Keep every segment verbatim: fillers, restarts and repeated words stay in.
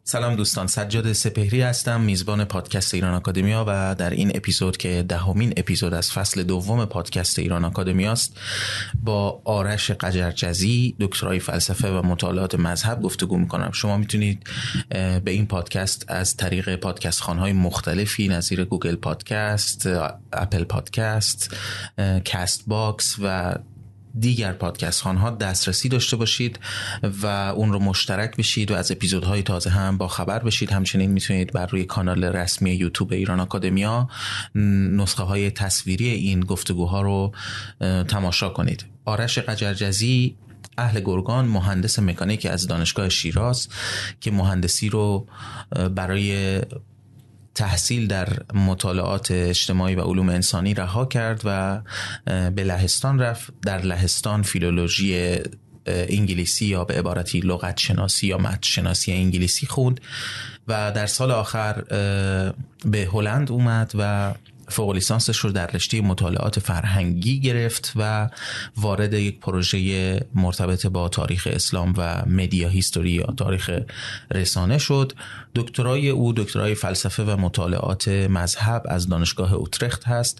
سلام دوستان، سجاد سپهری هستم، میزبان پادکست ایران آکادمیا و در این اپیزود که دهمین اپیزود از فصل دوم پادکست ایران آکادمیا است با آرش قجرجزی، دکترای فلسفه و مطالعات مذهب گفتگو میکنم. شما میتونید به این پادکست از طریق پادکست خوان‌های مختلفی نظیر گوگل پادکست، اپل پادکست، کست باکس و دیگر پادکست خوان‌ها دسترسی داشته باشید و اون رو مشترک بشید و از اپیزودهای تازه هم با خبر بشید. همچنین میتونید بر روی کانال رسمی یوتیوب ایران آکادمیا نسخه های تصویری این گفتگوها رو تماشا کنید. آرش قجرجزی اهل گرگان، مهندس مکانیک از دانشگاه شیراز که مهندسی رو برای تحصیل در مطالعات اجتماعی و علوم انسانی رها کرد و به لهستان رفت. در لهستان فیلولوژی انگلیسی یا به عبارتی لغت شناسی یا متن شناسی انگلیسی خوند و در سال آخر به هلند اومد و فوق لیسانسش رو در رشته مطالعات فرهنگی گرفت و وارد یک پروژه مرتبط با تاریخ اسلام و مدیا هیستوری یا تاریخ رسانه شد. دکترای او دکترای فلسفه و مطالعات مذهب از دانشگاه اوترخت هست.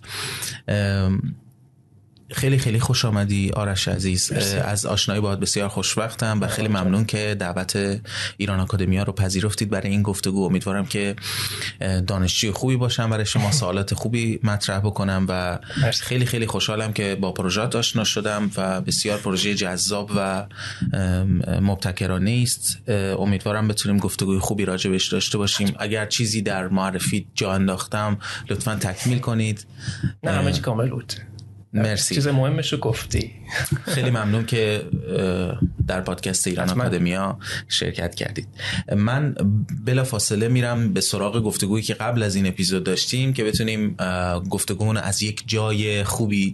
خیلی خیلی خوش آمدی آرش عزیز. مرسی. از آشنایی باهات بسیار خوشوقتم و خیلی ممنون که دعوت ایران آکادمیا رو پذیرفتید برای این گفتگو. امیدوارم که دانشجوی خوبی باشم برای شما، سوالات خوبی مطرح بکنم و مرسی. خیلی خیلی خوشحالم که با پروژه‌ات آشنا شدم و بسیار پروژه جذاب و مبتکرانه است. امیدوارم بتونیم گفتگوی خوبی راجع بهش داشته باشیم. اگر چیزی در معرفی جا انداختم لطفاً تکمیل کنید. نه همه چی کامل بود. مرسی. چیز مهمش رو گفتی. خیلی ممنون که در پادکست ایران آکادمیا شرکت کردید. من بلا فاصله میرم به سراغ گفتگویی که قبل از این اپیزود داشتیم که بتونیم گفتگومون از یک جای خوبی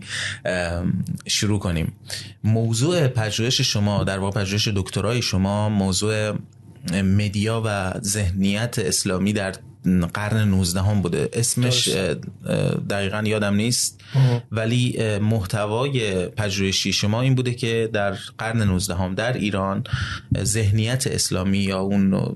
شروع کنیم. موضوع پژوهش شما، در واقع پژوهش دکترای شما، موضوع مدیا و ذهنیت اسلامی در قرن نوزدهم بوده. اسمش دقیقاً یادم نیست اه. ولی محتوای پژوهشی شما این بوده که در قرن نوزدهم در ایران ذهنیت اسلامی یا اون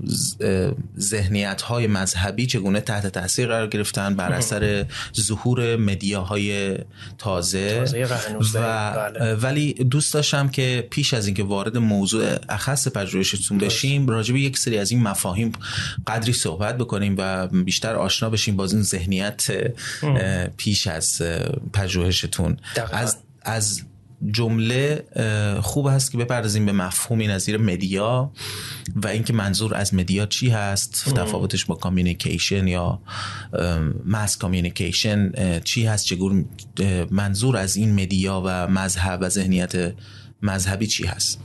ذهنیت‌های مذهبی چگونه تحت تاثیر قرار گرفتن بر اثر ظهور مدیاهای تازه, تازه و بله. ولی دوست داشتم که پیش از اینکه وارد موضوع اخص پژوهشتون بشیم راجع به یک سری از این مفاهیم قدری صحبت بکنیم و بیشتر آشنا بشیم با این ذهنیت پیش از پژوهشتون. از از جمله خوب هست که بپردازیم به مفهومی نظیر مدیا و اینکه منظور از مدیا چی هست، تفاوتش با کامیونیکیشن یا ماس کامیونیکیشن چی هست، چگونه منظور از این مدیا و مذهب و ذهنیت مذهبی چی هست.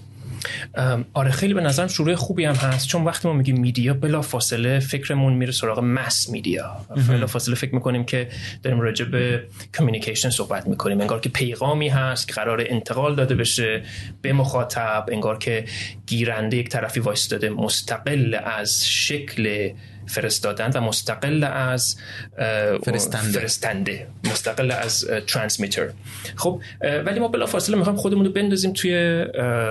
آره خیلی به نظرم شروع خوبی هم هست، چون وقتی ما میگیم میدیا بلا فاصله فکرمون میره سراغ مس میدیا، بلا فاصله فکر میکنیم که داریم راجع به کامیونیکیشن صحبت میکنیم، انگار که پیغامی هست که قرار انتقال داده بشه به مخاطب، انگار که گیرنده یک طرفی وایستاده مستقل از شکل فرستادن و مستقل از فرستنده, فرستنده. مستقل از ترانسمیتر. خب ولی ما بلافاصله میخوایم خودمون رو بندازیم توی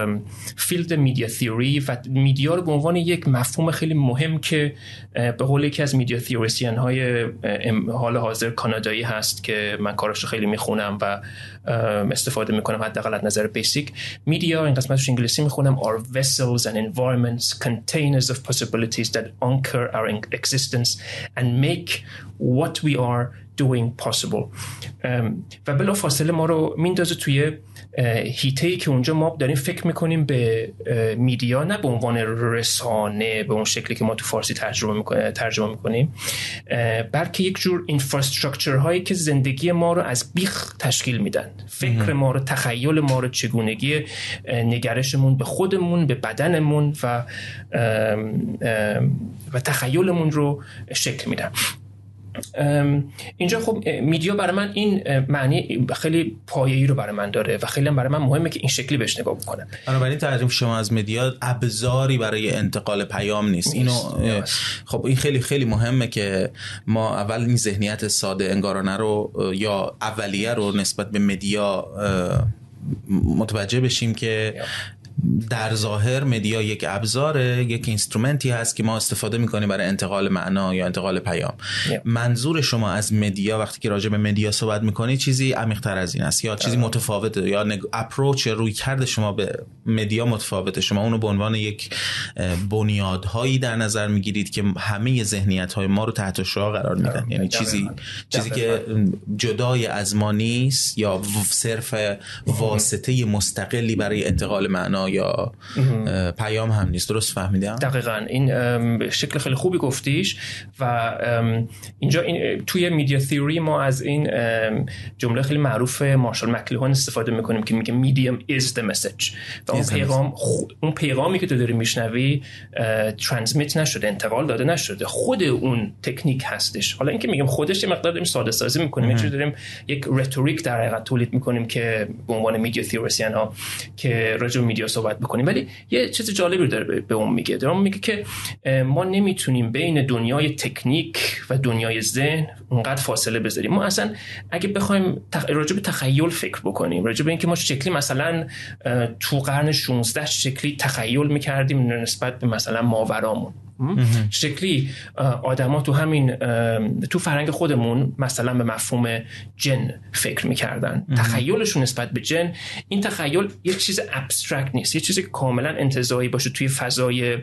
فیلد میدیا تیوری و میدیا رو به عنوان یک مفهوم خیلی مهم که به قول یکی از میدیا تیوریسین های حال حاضر کانادایی هست که من کارش رو خیلی میخونم و استفاده میکنم حداقل از نظر بیسیک. میدیا، این قسمتش انگلیسی میخونم، are vessels and environments, containers of possibilities that anchor our existence and make what we are doing possible. و بلا فاصله ما رو میندازه توی هیته‌ای که اونجا ما داریم فکر میکنیم به میدیا نه به عنوان رسانه به اون شکلی که ما تو فارسی ترجمه میکنیم ترجمه میکنیم بلکه یک جور اینفراستراکچر هایی که زندگی ما رو از بیخ تشکیل میدن، فکر ما رو، تخیل ما رو، چگونگی نگرشمون به خودمون، به بدنمون و و تخیلمون رو شکل میدن. اینجا خب میدیا برای من این معنی خیلی پایه‌ای رو برای من داره و خیلی هم برای من مهمه که این شکلی بهش نگاه بکنم. بنابراین تعریف شما از میدیا ابزاری برای انتقال پیام نیست. اینو خب این خیلی خیلی مهمه که ما اول این ذهنیت ساده انگارانه رو یا اولیه رو نسبت به میدیا متوجه بشیم که در ظاهر مدیا یک ابزاره، یک اینسترومنتی هست که ما استفاده میکنیم برای انتقال معنا یا انتقال پیام. yeah. منظور شما از مدیا وقتی که راجع به مدیا صحبت میکنید چیزی عمیق‌تر از این است یا چیزی uh. متفاوته یا نگ... اپروچ یا روی کرد شما به مدیا متفاوته؟ شما اونو به عنوان یک بنیادهایی در نظر میگیرید که همه ذهنیت‌های ما رو تحت شعاع قرار میدن، یعنی چیزی چیزی که جدای از ما نیست یا صرف واسطه مستقلی برای انتقال معنا یا پیام هم نیست. درست فهمیدم؟ دقیقاً این شکل خیلی خوبی گفتیش و اینجا این توی میدیا تئوری ما از این جمله خیلی معروف مارشال مکلوهان استفاده میکنیم که میگه medium is the message و اون پیغام اون پیغامی که تو داری میشنوی ترانسمیت نشده، انتقال داده نشده، خود اون تکنیک هستش. حالا اینکه میگم خودش یه مقدار داریم ساده سازی میکنیم، یه جوری داریم یک رتوریک در حقیقت تولید میکنیم که به عنوان میدیا تئوریسین ها که راجع به میدیا صحبت میکنیم، ولی یه چیز جالبی داره به اون میگه. داره میگه که ما نمیتونیم بین دنیای تکنیک و دنیای ذهن اونقدر فاصله بذاریم. ما اصلا اگه بخوایم تخ... راجع به تخیل فکر بکنیم، راجع به اینکه ما شکلی مثلا تو قرن شانزده شکلی تخیل میکردیم نسبت به مثلا ماورامون، شکلی آدما تو همین تو فرهنگ خودمون مثلا به مفهوم جن فکر میکردن، تخیلشون نسبت به جن، این تخیل یه چیز ابسترکت نیست، یه چیزی که کاملا انتزاعی باشه، توی فضای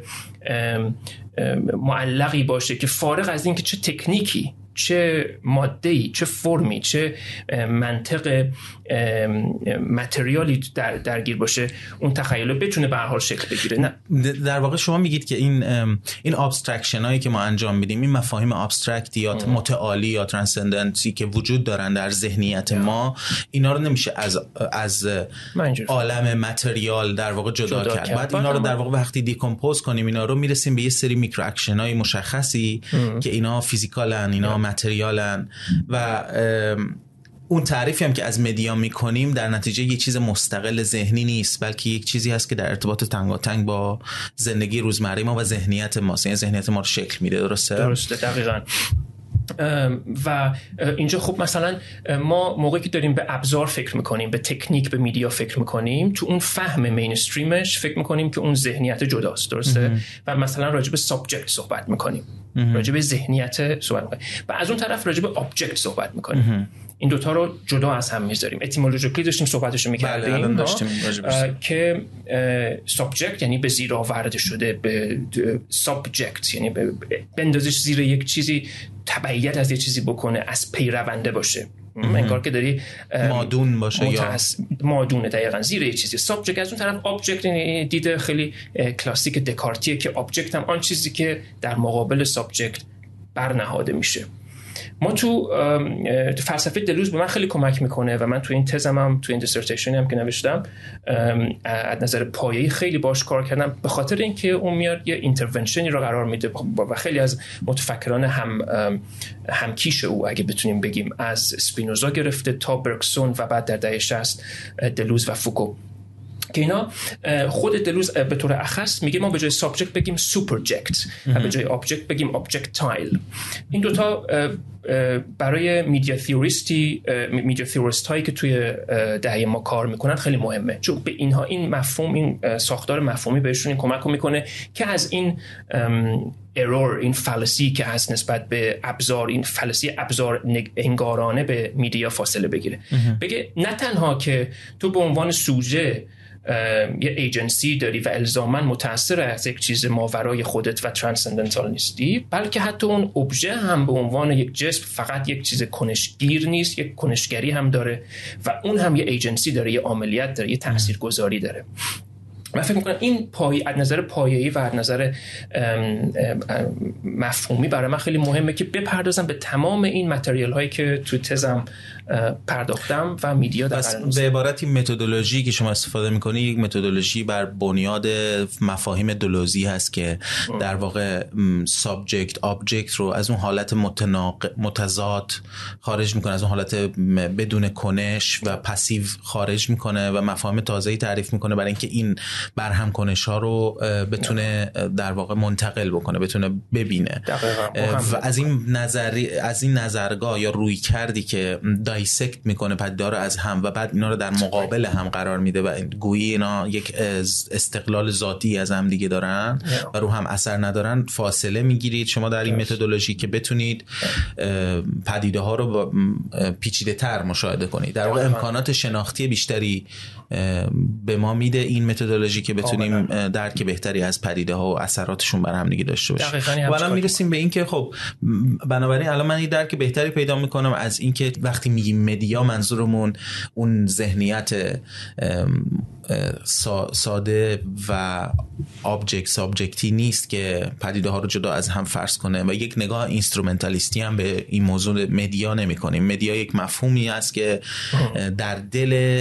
معلقی باشه که فارغ از این که چه تکنیکی، چه ماده‌ای، چه فرمی، چه منطق متریالی در درگیر باشه، اون تخیل بتونه به هر حال شکل بگیره. نه در واقع شما میگید که این این ابسترکشن هایی که ما انجام میدیم، این مفاهیم ابسترکت یا متعالی یا ترانسندنسی که وجود دارن در ذهنیت ما، اینا رو نمیشه از از عالم متریال در واقع جدا, جدا کرد. کرد. بعد اینا رو در واقع وقتی دیکمپوز کنیم، اینا رو میرسیم به یه سری میکرو اکشن های مشخصی ام. که اینا فیزیکالن، اینا متریالن و اون تعریفی هم که از مدیا میکنیم در نتیجه یه چیز مستقل ذهنی نیست، بلکه یک چیزی هست که در ارتباط تنگاتنگ با زندگی روزمره ما و ذهنیت ما، یعنی ذهنیت ما رو شکل میده. درسته؟ درسته، دقیقاً. و اینجا خب مثلا ما موقعی که داریم به ابزار فکر میکنیم، به تکنیک، به میدیا فکر میکنیم، تو اون فهم مینستریمش فکر میکنیم که اون ذهنیت جداست. درسته؟ و مثلا راجع به سابجکت صحبت میکنیم، راجع به ذهنیت صحبت میکنیم، و از اون طرف راجع به ابجکت صحبت میکنیم. این دوتا رو جدا از هم میذاریم. اتیمولوژیکلی داشتیم صحبتشو میکردیم که سابجکت یعنی به زیر آورده شده، به سابجکت یعنی بندازش زیر یک چیزی، تبعیت از یه چیزی بکنه، از پیرونده باشه، انگار که داری مادون باشه یا مادونه، دقیقاً زیر یه چیزی. سابجکت از اون طرف ابجکت یعنی دیده خیلی کلاسیک دکارتیه که ابجکت هم آن چیزی که در مقابل سابجکت برنهاده میشه. ما تو فلسفه دلوز به من خیلی کمک میکنه و من تو این تزم هم تو این دیسرتیشنی هم که نوشتم از نظر پایه‌ای خیلی باش کار کردم، به خاطر اینکه اون میاد یه اینترونشنی رو قرار میده و خیلی از متفکران هم همکیش او اگه بتونیم بگیم، از اسپینوزا گرفته تا برکسون و بعد در دهه شصت دلوز و فوکو، که اینا خود دلوز به طور اخص میگه ما به جای سابجکت بگیم سوپرجکت و به جای ابجکت بگیم ابجکتایل. این دوتا برای میدیا تئوریستی میدیا تئوریست هایی که توی دهه ما کار میکنن خیلی مهمه، چون به اینها این مفهوم، این ساختار مفهومی بهشون کمک میکنه که از این ارور، این فالسی که هست نسبت به ابزار، این فالسی ابزار انگارانه به میدیا فاصله بگیره. بگه نه تنها که تو به عنوان سوژه یه ایجنسی داری و الزاماً متأثر از یک چیز ماورای خودت و ترانسندنتال نیستی، بلکه حتی اون ابژه هم به عنوان یک جسم فقط یک چیز کنشگیر نیست، یک کنشگری هم داره و اون هم یه ایجنسی داره، یه عملیات داره، یه تاثیرگذاری داره. من فکر میکنم این پای از نظر پایه‌ای و از نظر مفهومی برای من خیلی مهمه که بپردازم به تمام این متریال هایی که تو تزم پرداختم و میدیا در قرن به عبارتی متدولوژی که شما استفاده میکنی یک متدولوژی بر بنیاد مفاهیم دلوزی هست که در واقع سابجکت ابجکت رو از اون حالت متناق متضاد خارج میکنه، از اون حالت بدون کنش و پسیو خارج میکنه و مفاهیم تازه‌ای تعریف میکنه برای اینکه این برهم کنش ها رو بتونه در واقع منتقل بکنه، بتونه ببینه. و از این نظری از این نظرگاه یا روی کردی که دایسکت میکنه پدیدار از هم و بعد اینا رو در مقابل هم قرار میده و گویی اینا یک استقلال ذاتی از هم دیگه دارن و رو هم اثر ندارن، فاصله میگیرید شما در این متدولوژی که بتونید پدیده ها رو پیچیده تر مشاهده کنید. در واقع امکانات شناختی بیشتری به ما میده این متدولوژی که بتونیم درک بهتری از پدیده ها و اثراتشون بر هم دیگه داشته باشیم. و الان میرسیم به این که خب بنابراین الان من این درک بهتری پیدا میکنم از این که وقتی میگیم مدیا منظورمون اون ذهنیت ساده و آبجکت سابجکتی نیست که پدیده ها رو جدا از هم فرض کنه و یک نگاه اینسترومنتالیستی هم به این موضوع مدیا نمی کنیم. مدیا یک مفهومی است که در دل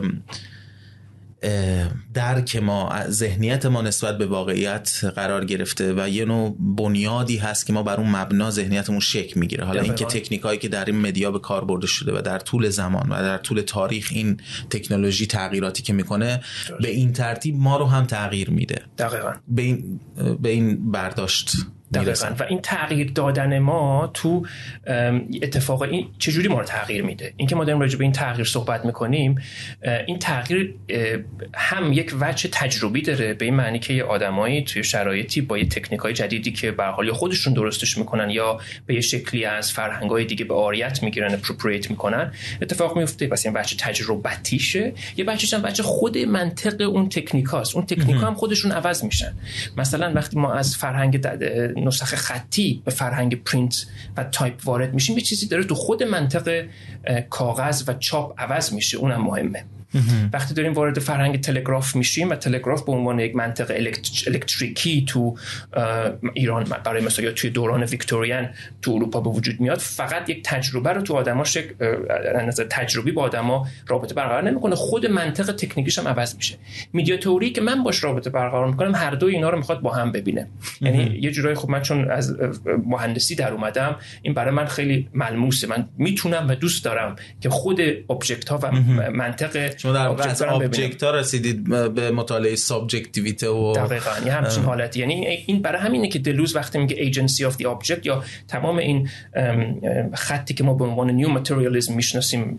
درک ما، ذهنیت ما نسبت به واقعیت قرار گرفته و یه نوع بنیادی هست که ما بر اون مبنا ذهنیتمون شکل میگیره. حالا اینکه تکنیکایی که در این مدیا به کار برده شده و در طول زمان و در طول تاریخ این تکنولوژی تغییراتی که میکنه به این ترتیب ما رو هم تغییر میده. دقیقاً به این به این برداشت دقیقاً. و این تغییر دادن ما تو اتفاق این چجوری ما رو تغییر میده؟ این که ما داریم راجع به این تغییر صحبت میکنیم، این تغییر هم یک وجه تجربی داره، به این معنی که یه آدمایی توی شرایطی با یه تکنیکای جدیدی که به حال خودشون درستش میکنن یا به یه شکلی از فرهنگای دیگه به عاریت میگیرن، اپروپرییت میکنن، اتفاق میفته. پس این وجه تجربتیشه. یه وجهش هم وجه خود منطق اون تکنیکاست. اون تکنیکا هم خودشون عوض میشن. مثلا وقتی ما از فرهنگ نسخه خطی به فرهنگ پرینت و تایپ وارد میشیم، یه چیزی داره تو خود منطق کاغذ و چاپ عوض میشه. اونم مهمه. وقتی داریم وارد فرهنگ تلگراف میشیم و تلگراف به عنوان یک منطق الکتریکی تو ایران برای مثلا یا توی دوران ویکتوریان تو اروپا به وجود میاد، فقط یک تجربه رو تو آدما شک نظر تجربی با آدما رابطه برقرار نمیکنه، خود منطق تکنیکیش هم عوض میشه. میدیا تئوری که من باش رابطه برقرار میکنم هر دو اینا رو میخواد با هم ببینه. یعنی یه جورایی خب من چون از مهندسی در اومدم، این برای من خیلی ملموسه. من میتونم و دوست دارم که خود ابجکت ها و منطق شما در واقع از آبجکت ها رسیدید به مطالعه سابجکتیویته و دقیقاً یه همچین حالتی. یعنی این برای همینه که دلوز وقتی میگه ایجنسی آف دی آبجکت یا تمام این خطی که ما به عنوان نیو ماتریالیسم میشناسیم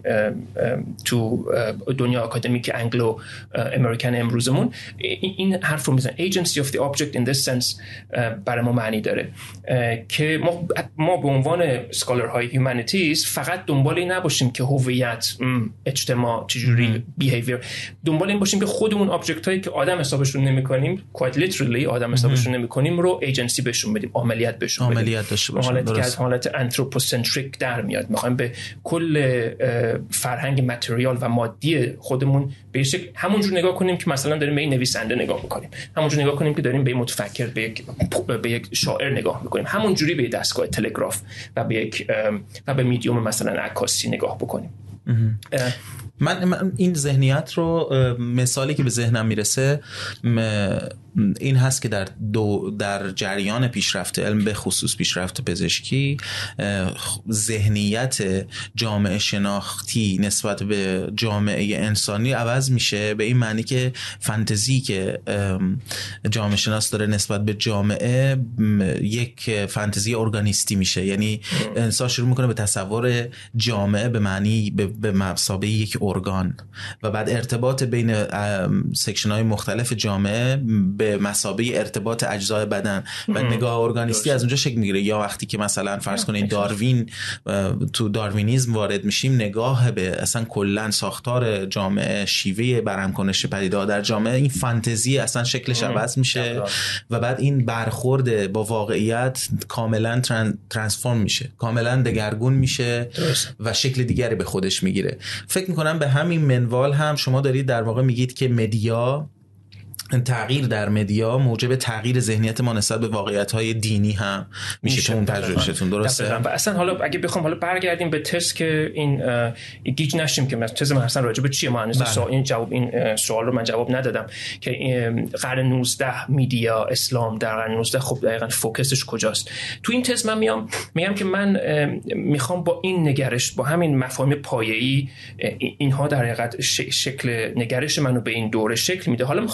تو دنیا آکادمیک انگلو امریکن امروزمون، این حرف رو میزنه ایجنسی آف دی آبجکت این this سنس برای ما معنی داره که ما ما به عنوان اسکالرهای هیومانیتیز فقط دنبال این نباشیم که هویت، اجتماع چجوری بیهیویر، دنبال این باشیم که خودمون آبجکت هایی که آدم حسابشون نمی‌کنیم، quite literally آدم حسابشون نمی‌کنیم رو ایجنسی بهشون بدیم، عملیات بهشون بدیم، عملیات داشته باشن. حالتی که از حالت انتروپوسنتریک در میاد. می‌خوایم به کل فرهنگ متریال و مادی خودمون به شکل همونجور نگاه کنیم که مثلا داریم به این نویسنده نگاه می‌کنیم، همونجور نگاه کنیم که داریم به این متفکر، به یک به یک شاعر نگاه می‌کنیم، همونجوری به دستگاه تلگراف و به یک و به میدیوم مثلا عکاسی نگاه بکنیم. من, من این ذهنیت رو مثالی که به ذهنم میرسه این هست که در دو در جریان پیشرفت علم به خصوص پیشرفت پزشکی، ذهنیت جامعه شناختی نسبت به جامعه انسانی عوض میشه، به این معنی که فانتزی که جامعه شناس داره نسبت به جامعه یک فانتزی ارگانیستی میشه. یعنی انسان شروع میکنه به تصور جامعه به معنی به مثابه یک ارگان و بعد ارتباط بین سکشن های مختلف جامعه به مثابه ارتباط اجزای بدن و نگاه ارگانیستی از اونجا شکل میگیره. یا وقتی که مثلا فرض کنید داروین، تو داروینیسم وارد میشیم، نگاه به اصلا کلا ساختار جامعه، شیوه برهمکنش پدیده در جامعه، این فانتزی اصلا شکلش عوض میشه و بعد این برخورد با واقعیت کاملا ترانسفورم میشه، کاملا دگرگون میشه و شکل دیگری به خودش میگیره. فکر میکنم به همین منوال هم شما دارید در واقع میگید که مدیا، تغییر در مدیا موجب تغییر ذهنیت ما نسبت به واقعیت‌های دینی هم میشه تو اون تجربهشون. درسته؟ و اصلا حالا اگه بخوام حالا برگردیم به تز که این گیج نشیم که تز من اصلا راجع به چیه، ما هنوز سوال این جواب این سوال رو من جواب ندادم که قرن نوزده میدیا اسلام در قرن نوزده خب دقیقاً فوکسش کجاست. تو این تز من میام میگم که من میخوام با این نگرش، با همین مفاهیم پایه‌ای، اینها در حقیقت شکل نگرش منو به این دوره شکل میده. حالا میخوام برم چی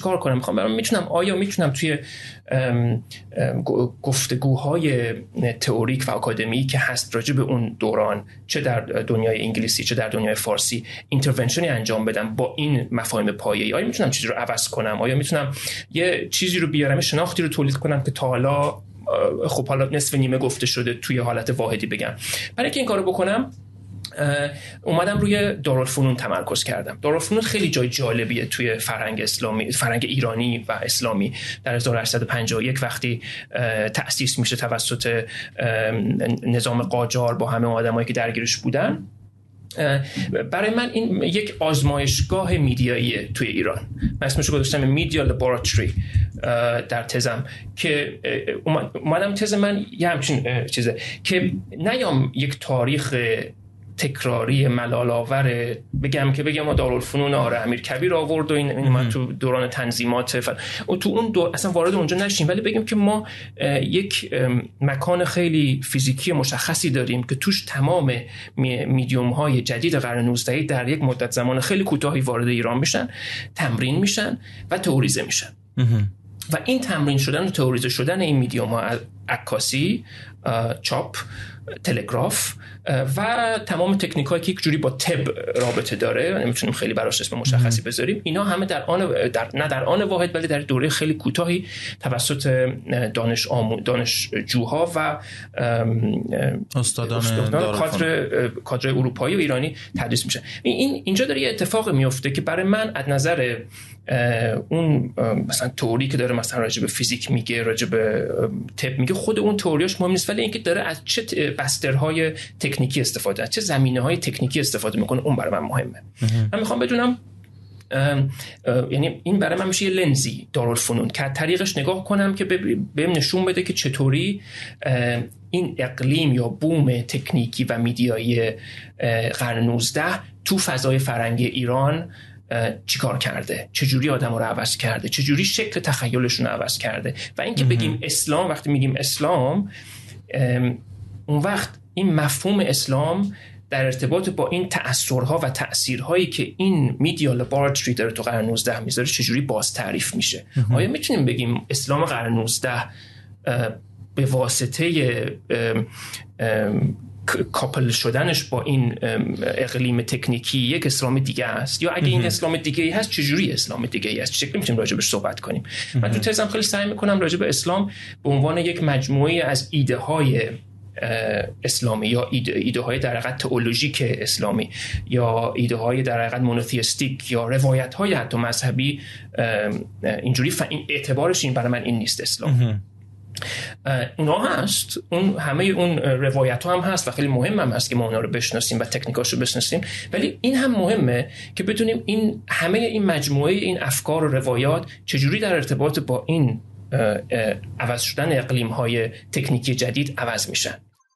چیکار کنم؟ میخوام برام میتونم آیا میتونم توی ام ام گفتگوهای تئوریک و آکادمی که هست راجع به اون دوران، چه در دنیای انگلیسی چه در دنیای فارسی، اینترونشنی انجام بدم با این مفاهیم پایه‌ای؟ آیا میتونم چیزی رو عوض کنم؟ آیا میتونم یه چیزی رو بیارم، شناختی رو تولید کنم که تا حالا خب حالا نصف نیمه گفته شده توی حالت واحدی بگم؟ برای اینکه این کارو بکنم اومدم روی دارالفنون تمرکز کردم. دارالفنون خیلی جای جالبیه توی فرهنگ اسلامی، فرهنگ ایرانی و اسلامی. در هزار و هشتصد و پنجاه و یک وقتی تأسیس میشه توسط نظام قاجار با همه آدمایی که درگیرش بودن، برای من این یک آزمایشگاه میدیاییه توی ایران. من اسمش رو گذاشتم میدیا لابوراتوری در تزم، که اومدم تز من یه همچین چیزه که نیام یک تاریخ تکراری ملال‌آور بگم که بگم ما دارالفنون آره امیر کبیر آورد و این این ما تو دوران تنظیمات فر... و تو اون دور اصلا وارد اونجا نشیم، ولی بگیم که ما یک مکان خیلی فیزیکی مشخصی داریم که توش تمام میدیوم های جدید قرن نوزدهم در یک مدت زمان خیلی کوتاهی وارد ایران میشن، تمرین میشن و تئوریزه میشن. و این تمرین شدن و تئوریزه شدن این میدیوم ها، عکاسی، چاپ، تلگراف و تمام تکنیکایی که یک جوری با طب رابطه داره، نمیتونیم خیلی براش اسم مشخصی بذاریم، اینا همه در آن در نه در آن واحد ولی در دوره خیلی کوتاهی توسط دانش آمو دانشجوها و استادان کادر کادر اروپایی و ایرانی تدریس میشه. این اینجا داره یه اتفاق میفته که برای من از نظر اون مثلا تئوری که داره مثلا راجع به فیزیک میگه، راجع به طب میگه، خود اون تئوریاش مهم نیست، ولی اینکه داره از چه بسترهای تکنیکی استفاده، از چه زمینه‌های تکنیکی استفاده میکنه، اون برای من مهمه. من میخوام بدونم یعنی این برای من میشه یه لنزی دارالفنون که طریقش نگاه کنم که بهم نشون بده که چطوری این اقلیم یا بوم تکنیکی و میدیایی قرن نوزدهم تو فضای فرهنگی ایران چیکار کرده، چجوری آدم‌ها رو عوض کرده، چجوری شکل تخیلشون رو عوض کرده. و اینکه بگیم اسلام، وقتی میگیم اسلام اون وقت این مفهوم اسلام در ارتباط با این تأثیرها و تأثیرهایی که این میدیا لابوراتوری داره تو قرن نوزدهم میذاره چجوری باز تعریف میشه. آیا میتونیم بگیم اسلام قرن نوزدهم به واسطه کاپل شدنش با این اقلیم تکنیکی یک اسلام دیگه است، یا اگه این اسلام دیگه ای هست چجوری اسلام دیگه ای است، چه شکلی میتونیم راجع بهش صحبت کنیم؟ من تو تزم خیلی سعی میکنم راجع به اسلام به عنوان یک مجموعه از ایده های اسلامی یا ایده, ایده های در حقیقت تئولوژیک اسلامی یا ایده های در حقیقت مونوتئیستیک یا روایت های حتی مذهبی اینجوری ف... این اعتبارش این برای من این نیست اسلام. اونا هست، اون همه اون روایت ها هم هست و خیلی مهم هم هست که ما اونا رو بشناسیم و تکنیکاش رو بشناسیم، ولی این هم مهمه که بدونیم این همه این مجموعه این افکار و روایات چجوری در ارتباط با این عوض شدن اقلیم های تکنیکی جدید عوض میشن.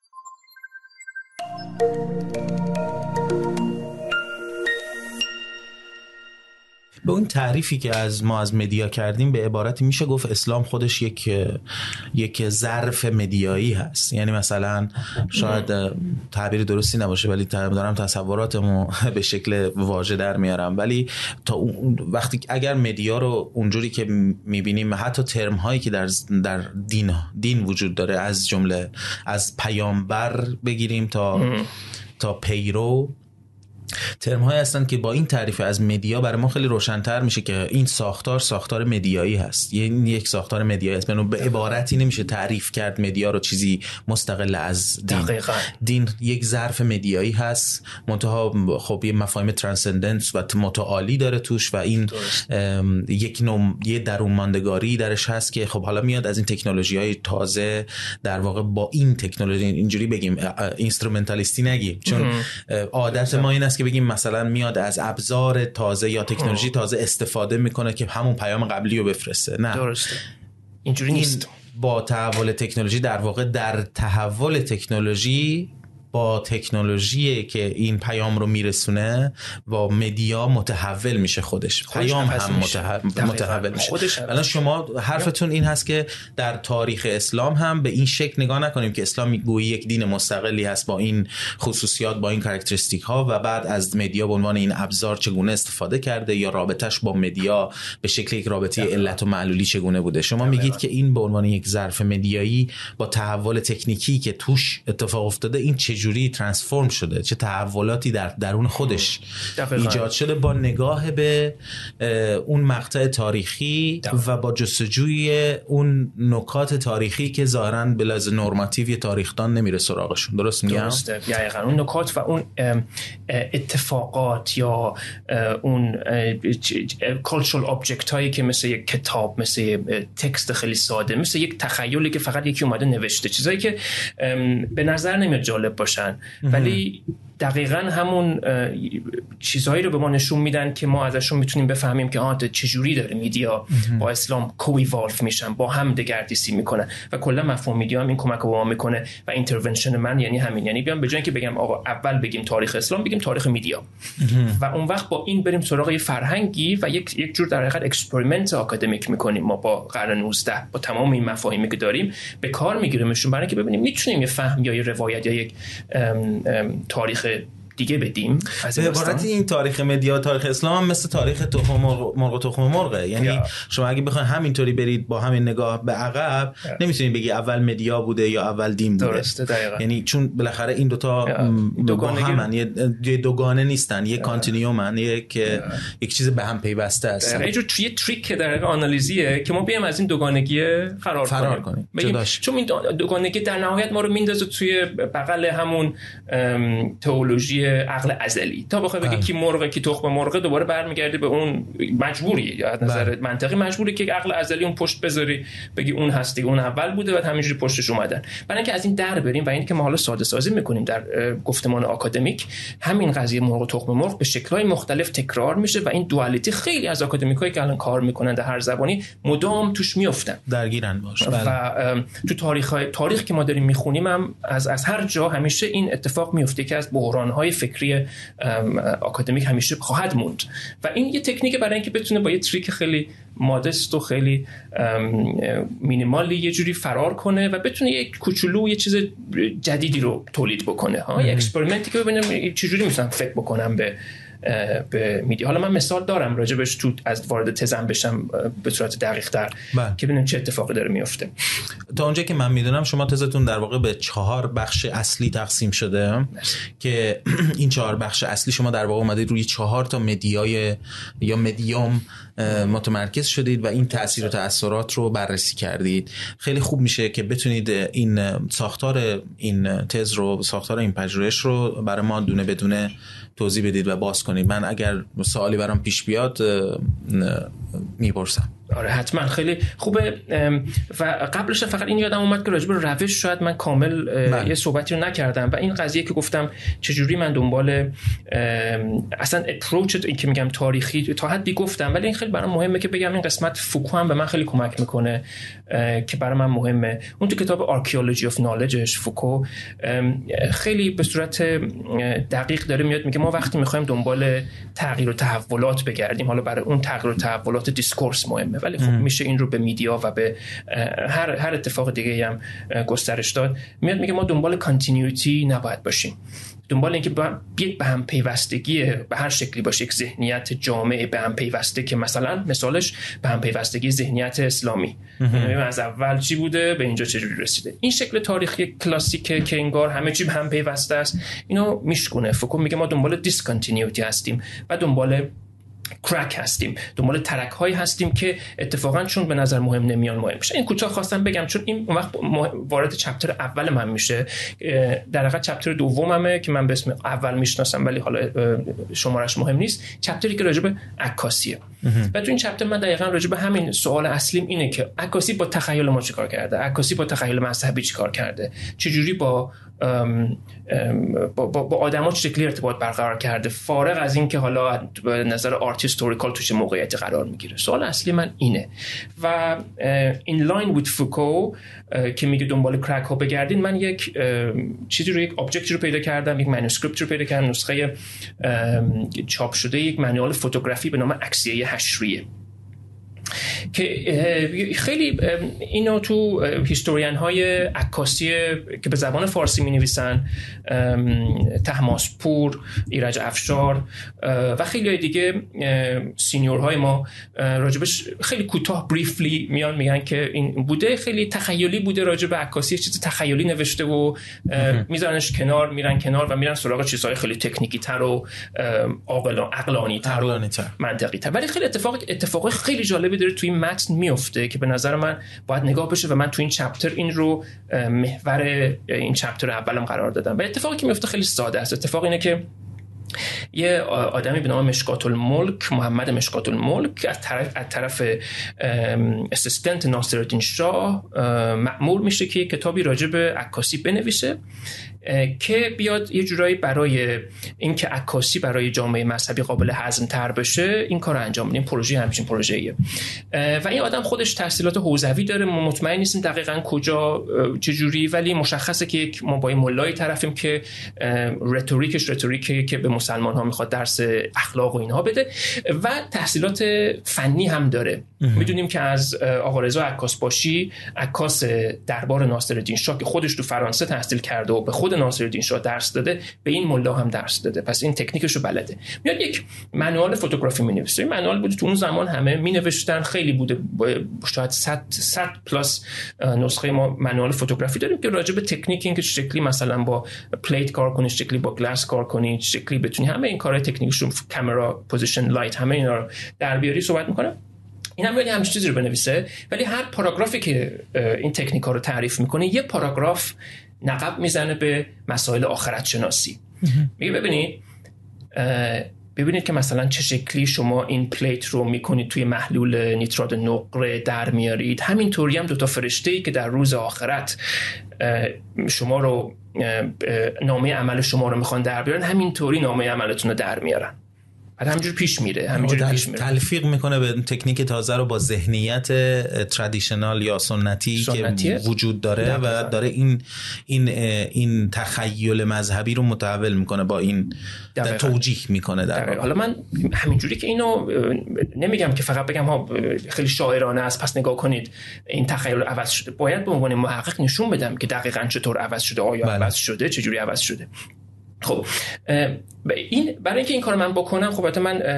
به اون تعریفی که از ما از مدیا کردیم به عبارتی میشه گفت اسلام خودش یک یک ظرف مدیایی هست. یعنی مثلا شاید تعبیر درستی نباشه ولی دارم تصوراتمو به شکل واژه در میارم، ولی تا وقتی اگر مدیا رو اونجوری که میبینیم، حتی ترم هایی که در در دین دین وجود داره، از جمله از پیامبر بگیریم تا تا پیرو، ترم های هستن که با این تعریف از مدیا برای ما خیلی روشن‌تر میشه که این ساختار ساختار مدیایی هست. یعنی یک ساختار مدیایی است. به عبارتی نمیشه تعریف کرد مدیا رو چیزی مستقل از دین. دقیقاً. دین یک ظرف مدیایی هست، منتها خب یه مفاهیم ترانسندنس و متعالی داره توش و این یک نوع یه درون ماندگاری درش هست که خب حالا میاد از این تکنولوژی‌های تازه، در واقع با این تکنولوژی اینجوری بگیم اینسترومنتالیستی نگیم، چون عادت ما این است که بگیم مثلا میاد از ابزار تازه یا تکنولوژی تازه استفاده میکنه که همون پیام قبلی رو بفرسته. نه، درسته، اینجوری نیست. با تحول تکنولوژی در واقع در تحول تکنولوژی با تکنولوژی که این پیام رو میرسونه با مدیا متحول میشه، خودش, خودش پیام هم متحول, متحول میشه. الان شما حرفتون این هست که در تاریخ اسلام هم به این شکل نگاه نکنیم که اسلام گویی یک دین مستقلی هست با این خصوصیات، با این کاراکتریستیک ها، و بعد از مدیا به عنوان این ابزار چگونه استفاده کرده یا رابطش با مدیا به شکل یک رابطه علت و معلولی چگونه بوده. شما میگید که این به عنوان یک ظرف مدیایی با تحول تکنیکی که توش اتفاق افتاده این چجوری ترانسفورم شده، چه تحولاتی در درون خودش دقیقا ایجاد شده با نگاه به اون مقطع تاریخی دقیقا. و با جستجوی اون نکات تاریخی که ظاهراً بلاز نورماتیو تاریخدان نمیره سراغشون. درست میگم؟ درسته. دقیقاً اون نکات و اون اتفاقات یا اون کالچورال آبجکت هایی که مثل یک کتاب، مثل تکست خیلی ساده، مثل یک تخیلی که فقط یکی اومده نوشته، چیزایی که به نظر نمیاد جالب باشن ولی دقیقاً همون چیزهایی رو به ما نشون میدن که ما ازشون میتونیم بفهمیم که آه چجوری داره میدیا با اسلام کویوالف میشن، با هم دگردیسی میکنن و کلا مفهوم میدیا هم این کمک رو به ما میکنه. و اینترونشن من یعنی همین، یعنی بیام به جای اینکه بگم آقا اول بگیم تاریخ اسلام، بگیم تاریخ میدیا و اون وقت با این بریم سراغ یه فرهنگی و یک یک جور در حقیقت اکسپریمنت آکادمیک میکنیم. ما با قرن نوزده با تمام این مفاهیمی که داریم به کار میگیریمشون برای اینکه ببینیم میتونیم یه فهم یا یه روایت یا یک ام ام تاریخ دیگه بدیم. به عبارت این تاریخ مدیا، تاریخ اسلام هم مثل تاریخ تخم مرغ مرغ و تخم مرغه. یعنی یا. شما اگه بخواید همینطوری برید با همین نگاه به عقب نمیتونید بگی اول مدیا بوده یا اول دین بوده. درسته دقیقاً. یعنی چون بالاخره این دوتا با همن، یه دوگانه نیستن، یه کانتینیومن، یک یک چیز به هم پیوسته است. یه جور توی تریک در واقع آنالیزیه که ما بیام از این دوگانگی فرار, فرار کنیم, کنیم. چون این دوگانگی در نهایت ما رو میندازه توی بغل همون تئولوژی عقل ازلی. تا بخوای بگی کی مرغه کی تخم مرغه دوباره برمیگردی به اون، مجبوری از نظر منطقی مجبوری که عقل ازلی اون پشت بذاری بگی اون هستی اون اول بوده و همینجوری پشتش اومدن. برای اینکه از این در بریم و اینکه که ما حالا ساده سازی میکنیم در گفتمان آکادمیک، همین قضیه مرغ و تخم مرغ به شکل‌های مختلف تکرار میشه و این دوالیتی خیلی از آکادمیکایی که الان کار میکنن در هر زبانی مدام توش میافتن، درگیرن باش. و تو تاریخ تاریخ که ما داریم میخونیم هم از از هر جا همیشه این اتفاق میفته که از بحران‌های فکری آکادمیک همیشه خواهد موند و این یه تکنیک برای اینکه بتونه با یه تریک خیلی مادست و خیلی مینیمالی یه جوری فرار کنه و بتونه یک کوچولو یه چیز جدیدی رو تولید بکنه ها، یه اکسپریمنتی که ببینم چجوری میتونم فکر بکنم به به میدیا. حالا من مثال دارم راجبش تو از وارد تزم بشم به صورت دقیق تر که ببینیم چه اتفاقی داره میفته. تا اونجایی که من میدونم شما تزتون در واقع به چهار بخش اصلی تقسیم شده مرسی. که این چهار بخش اصلی شما در واقع اومدید روی چهار تا مدیای یا مدیوم متمرکز شدید و این تأثیر و تأثیرات رو بررسی کردید. خیلی خوب میشه که بتونید این ساختار این تز رو، ساختار این پژوهش رو برای ما دونه بدونه توضیح بدید و باز کنید. من اگر سوالی برام پیش بیاد میپرسم. آره حتما، خیلی خوبه. و قبلش فقط این یادم اومد که راجع به روش شاید من کامل من. یه صحبتی رو نکردم و این قضیه که گفتم چجوری من دنبال اصلا اپروچ این که میگم تاریخی تا حدی گفتم، ولی این خیلی برام مهمه که بگم این قسمت فوکو هم به من خیلی کمک میکنه که برای من مهمه. اون تو کتاب Archaeology of Knowledgeش فوکو خیلی به صورت دقیق داره میاد میگه ما وقتی میخوایم دنبال تغییر و تحولات بگردیم، حالا برای اون تغییر و تحولات دیسکورس مهمه، ولی خب میشه این رو به میدیا و به هر هر اتفاق دیگه هم گسترش داد. میاد میگه ما دنبال کانتینیویتی نباید باشیم، دنبال اینکه بیت به هم پیوستگی به هر شکلی باشه، یک ذهنیت جامع به هم پیوسته که مثلا مثالش به هم پیوستگی ذهنیت اسلامی، یعنی از اول چی بوده به اینجا چجوری رسیده. این شکل تاریخی کلاسیکه که انگار همه چی به هم پیوسته است، اینو میشکونه. فوکو میگه ما دنبال دیسکانتینیویتی هستیم و دنبال کرک هستیم، دنبال ترک هایی هستیم که اتفاقا چون به نظر مهم نمیان مهم میشه. این کوتاه خواستم بگم چون این اون وقت وارد چپتر اول من میشه، در واقع چپتر دوممه که من به اسم اول میشناسم ولی حالا شمارش مهم نیست، چپتری که راجع به عکاسیه. و تو این چپتر من دقیقاً راجع به همین سوال اصلیم اینه که عکاسی با تخیل ما چیکار کرده، عکاسی با تخیل مذهبی چیکار کرده، چجوری با با با, با آدما چه شکلی ارتباط برقرار کرده، فارغ از این که حالا به نظر آرت هیستوریکال توش موقعیت قرار میگیره. سوال اصلی من اینه. و این لاین ویت فوکو که میگه دنبال کرک ها بگردین، من یک چیزی رو، یک آبجکتی رو پیدا کردم، یک مانوسکریپت رو پیدا کردم، نسخه چاپ شده یک مانیول فوتوگرافی به نام عکسیه حشریه که خیلی اینو تو هیستورین های عکاسی که به زبان فارسی می نویسن، طهماسپور، ایرج افشار و خیلی دیگه سینیورهای ما راجبش خیلی کوتاه بریفلی میان میگن که این بوده، خیلی تخیلی بوده، راجب عکاسی چیز تخیلی نوشته و میذارنش کنار، میرن کنار و میرن سراغ چیزهای خیلی تکنیکی تر و عقلانی تر و منطقی تر. ولی خیلی اتفاق اتفاق خیلی جالبی داره توی متن میفته که به نظر من باید نگاه بشه و من تو این چپتر این رو محور این چپتر اولم قرار دادم. و اتفاقی که میفته خیلی ساده است. اتفاق اینه که یه آدمی به نام مشکات الملک، محمد مشکات الملک، از طرف از طرف اسیستنت ناصرالدین شاه مأمور میشه که کتابی راجع به عکاسی بنویسه که بیاد یه جورایی برای اینکه عکاسی برای جامعه مذهبی قابل هضم تر بشه این کارو انجام بده. این پروژه همچین پروژه‌ایه و این آدم خودش تحصیلات حوزوی داره، ما مطمئن نیستیم دقیقاً کجا چه جوری، ولی مشخصه که ما با این مولای طرفیم که رتوریکش رتوریکی که به مسلمان ها میخواد درس اخلاق و اینها بده و تحصیلات فنی هم داره. میدونیم که از آقا رضا عکاسباشی، عکاس دربار ناصرالدین شاه که خودش تو فرانسه تحصیل کرده و به خود ناصرالدین شاه درس داده، به این ملا هم درس داده، پس این تکنیکشو بلده. میاد یک مانوال فوتوگرافی مینویسه. این مانوال بود تو اون زمان همه مینوشتن، خیلی بوده، شاید صد صد پلاس نسخه ما مانوال فوتوگرافی داریم که راجع به تکنیک اینکه چه شکلی مثلا با پلیت کار کنی، چه شکلی با گلاس کار کنی، چه شکلی بتونی همه این کارهای تکنیکشون، کامera پوزیشن، لایت، همه اینا رو در بیاری صحبت میکنه. این هم میگه همین چیزی رو بنویسه، ولی هر پاراگرافی که این تکنیکا رو تعریف میکنه یه پاراگراف نقب میزنه به مسائل آخرت شناسی. میگه ببینید ببینید که مثلا چه شکلی شما این پلیت رو میکنید توی محلول نیترات نقره در میارید، همینطوری هم دوتا فرشته‌ای که در روز آخرت شما رو نامه عمل شما رو میخوان در بیارن، همینطوری نامه عملتون رو در میارن. همینجور پیش میره، همینجور پیش میره. تلفیق میکنه به تکنیک تازه رو با ذهنیت ترادیشنال یا سنتی سنتیه. که وجود داره دقیقا. و داره این این این تخیل مذهبی رو متحول میکنه، با این توجیه میکنه در حالا من همینجوری که اینو نمیگم که فقط بگم ها خیلی شاعرانه است پس نگاه کنید این تخیل عوض شده، باید به عنوان محقق نشون بدم که دقیقاً چطور عوض شده، آیا بله. عوض شده، چه جوری عوض شده. خب این برای اینکه این کارو من بکنم، خب البته من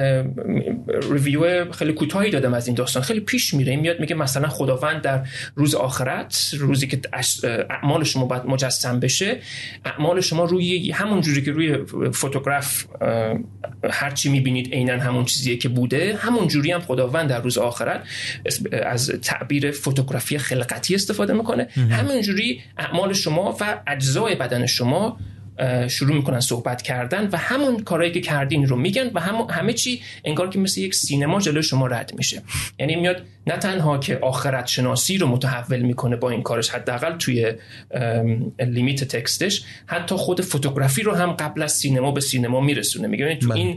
ریویو خیلی کوتاهی دادم از این داستان، خیلی پیش میره. میاد میگه مثلا خداوند در روز آخرت، روزی که اعمال شما باید مجسم بشه، اعمال شما روی همون جوری که روی فوتوگراف هر چی میبینید عیناً همون چیزیه که بوده، همون جوری هم خداوند در روز آخرت از تعبیر فوتوگرافی خلقتی استفاده میکنه. همون جوری اعمال شما و اجزای بدن شما شروع میکنن صحبت کردن و همون کارهایی که کردین رو میگن و هم همه چی انگار که مثل یک سینما جلوی شما رد میشه. یعنی میاد نه تنها که آخرت شناسی رو متحول میکنه با این کارش، حداقل توی لیمیت تکستش، حتی خود فوتوگرافی رو هم قبل از سینما به سینما میرسونه. میگه تو این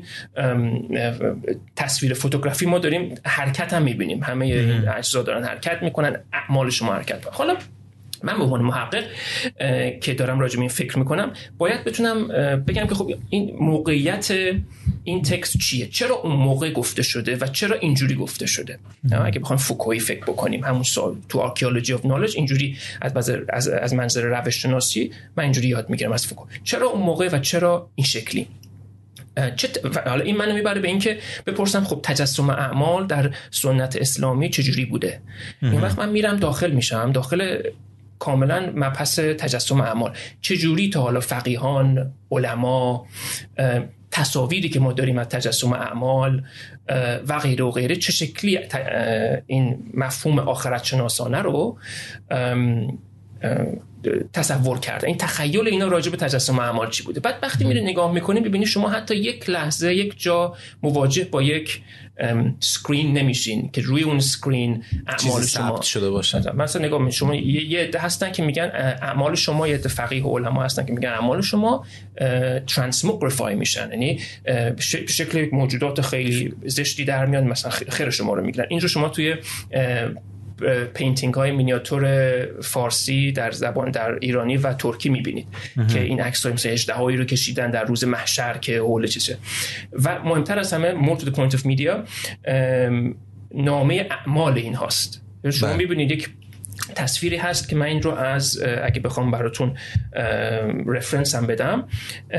تصویر فوتوگرافی ما داریم حرکت هم میبینیم، همه این اجزا دارن حرکت میکنن، اعمال شما حرکت میکنن. حالا من به عنوان محقق که دارم راجع به این فکر میکنم، باید بتونم بگم که خب این موقعیت این تکست چیه، چرا اون موقع گفته شده و چرا اینجوری گفته شده. اگه بخوایم فوکویی فکر بکنیم، همون سال تو آرکیولوژی اف نالج اینجوری از از از منظر روش شناسی من اینجوری یاد میگیرم از فوکو، چرا اون موقع و چرا این شکلی. حالا این منو میبره به این که بپرسم خب تجسم اعمال در سنت اسلامی چجوری بوده. این وقت من میرم داخل میشم، داخل کاملا مبحث تجسم اعمال، چجوری تا حالا فقیهان، علما، تصاویری که ما داریم از تجسم اعمال و غیره و غیره، چه شکلی این مفهوم آخرت شناسانه رو تصور کرده. این تخیل اینا راجع به تجسم اعمال چی بوده. بعد وقتی میره نگاه میکنی ببینی شما حتی یک لحظه یک جا مواجه با یک سکرین نمیشین که روی اون سکرین اعمال شما شده باشه. مثلا نگاه می شما یه عده هستن که میگن اعمال شما، یه عده فقیه و علما هستن که میگن اعمال شما ترانسموگرافای میشن، یعنی به شکل موجودات خیلی زشتی در میاد، مثلا خیر شما رو میگیرن. اینجا شما توی پینتینگ های مینیاتور فارسی در زبان در ایرانی و ترکی میبینید که این عکس های مثل اژدهایی رو کشیدن در روز محشر که حول چیزه. و مهمتر از همه more to the point of media نامه اعمال این هاست. شما میبینید یک تصویری هست که من این رو از اگه بخوام براتون رفرنس هم بدم،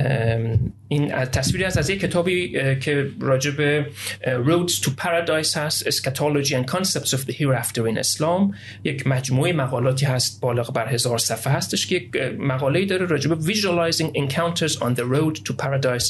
این تصویری هست از یک کتابی که راجع به Roads to Paradise هست، Eschatology and Concepts of the Hereafter in Islam. یک مجموعه مقالاتی هست بالغ بر هزار صفحه هستش که یک مقاله‌ای داره راجع به Visualizing Encounters on the Road to Paradise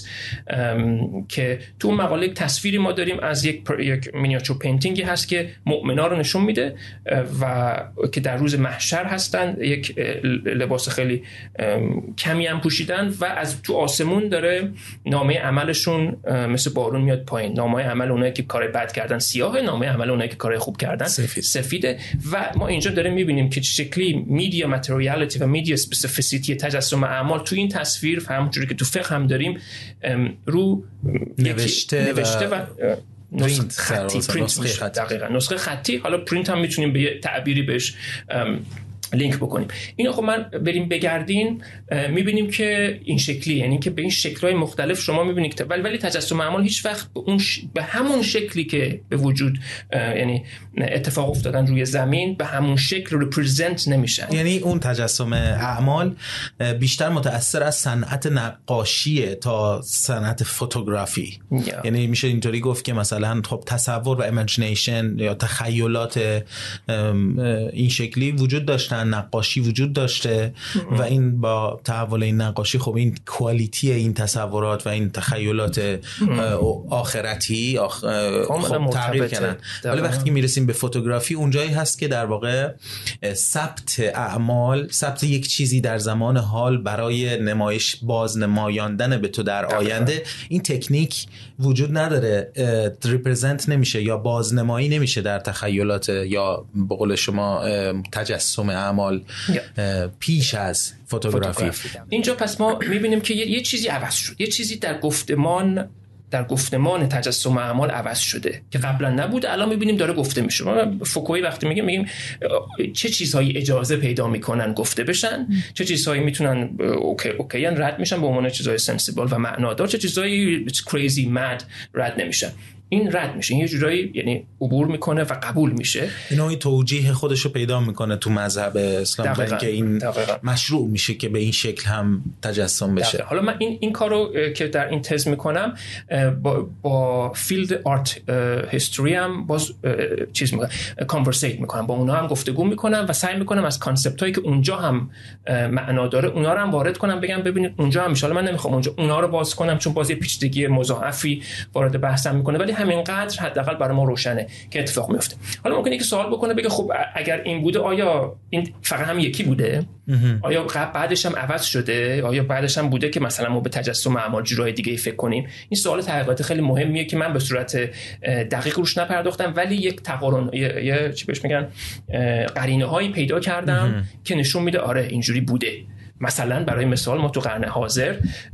که تو مقاله یک تصویری ما داریم از یک یک مینیاتور پینتینگی هست که مؤمنا رو نشون میده و که در روز محشر هستن، یک لباس خیلی کمی هم پوشیدن و از تو آسمون داره نامه عملشون مثل بارون میاد پایین. نامه عمل اونایی که کار بد کردن سیاهه، نامه عمل اونایی که کار خوب کردن سفید. سفیده. و ما اینجا داریم میبینیم که چه شکلی میدیا ماتریالیتی و میدیا اسپسیفیسیتی تجسم اعمال تو این تصویر، همونجوری که تو فقه هم داریم، رو نوشته, نوشته و, و نسخه خطی، پرینت خطی. دقیقاً نسخه خطی. حالا پرینت هم میتونیم به یه تعبیری بهش لینک بکنیم. اینو خب من بریم بگردین میبینیم که این شکلی، یعنی که به این شکل‌های مختلف شما میبینید که ولی ولی تجسم اعمال هیچ وقت به اون ش... به همون شکلی که به وجود یعنی اتفاق افتادن روی زمین به همون شکل ریپرزنت نمیشن. یعنی اون تجسم اعمال بیشتر متأثر از صنعت نقاشی تا صنعت فوتوگرافی. yeah. یعنی میشه اینطوری گفت که مثلا خب تصور و ایمیجینیشن یا تخیلات این شکلی وجود داشتن، نقاشی وجود داشته و این با تحول این نقاشی خب این کوالیتی این تصورات و این تخیلات آخرتی آخ... خب تغییر کردن. ولی وقتی میرسیم به فوتوگرافی اونجایی هست که در واقع ثبت اعمال، ثبت یک چیزی در زمان حال برای نمایش بازنمایاندن به تو در آینده، این تکنیک وجود نداره، ریپرزنت نمیشه یا بازنمایی نمیشه در تخیلات یا به قول شما تجسم اعمال پیش از فوتوگرافی. فوتوگرافی. اینجا پس ما میبینیم که یه, یه چیزی عوض شد، یه چیزی در گفتمان در گفتمان تجسم اعمال عوض شده که قبلا نبود، الان میبینیم داره گفته میشه. ما فوکوی وقتی میگیم میگیم چه چیزهایی اجازه پیدا میکنن گفته بشن، چه چیزهایی میتونن اوکی اوکی رد میشن به عنوان چیزهای سنسیبل و معنادار، چه چیزهایی کریزی مد رد نمیشن. این رد میشه، این یه جورایی یعنی عبور میکنه و قبول میشه. اینا این توجیه خودش رو پیدا میکنه تو مذهب اسلام و که این دقیقا. مشروع میشه که به این شکل هم تجسم بشه. دقیقا. حالا من این این کارو که در این تز میکنم با با فیلد آرت هیستوری هم باز چیز میکنم، کانورسیت میکنم با اونها هم گفتگو میکنم و سعی میکنم از کانسپت هایی که اونجا هم معنا داره اونها رو هم وارد کنم، بگم ببینید اونجا هم ان شاء الله من نمیخوام اونجا اونها رو باز کنم چون باز یه پیچیدگی مضاعفی وارد بحثم میکنه، ولی همینقدر حداقل برای ما روشنه که اتفاق میفته. حالا ممکنه که سوال بکنه بگه خب اگر این بوده آیا این فقط هم یکی بوده؟ آیا بعدش هم عوض شده؟ آیا بعدش هم بوده که مثلا ما به تجسم اعمال جورای دیگه ای فکر کنیم؟ این سوال تحقیقاتی خیلی مهمیه که من به صورت دقیق روش نپرداختم، ولی یک تقارن یه, یه چی بهش میگن قرینه‌هایی پیدا کردم که نشون میده آره اینجوری بوده. مثلا برای مثال ما تو قرن حاضر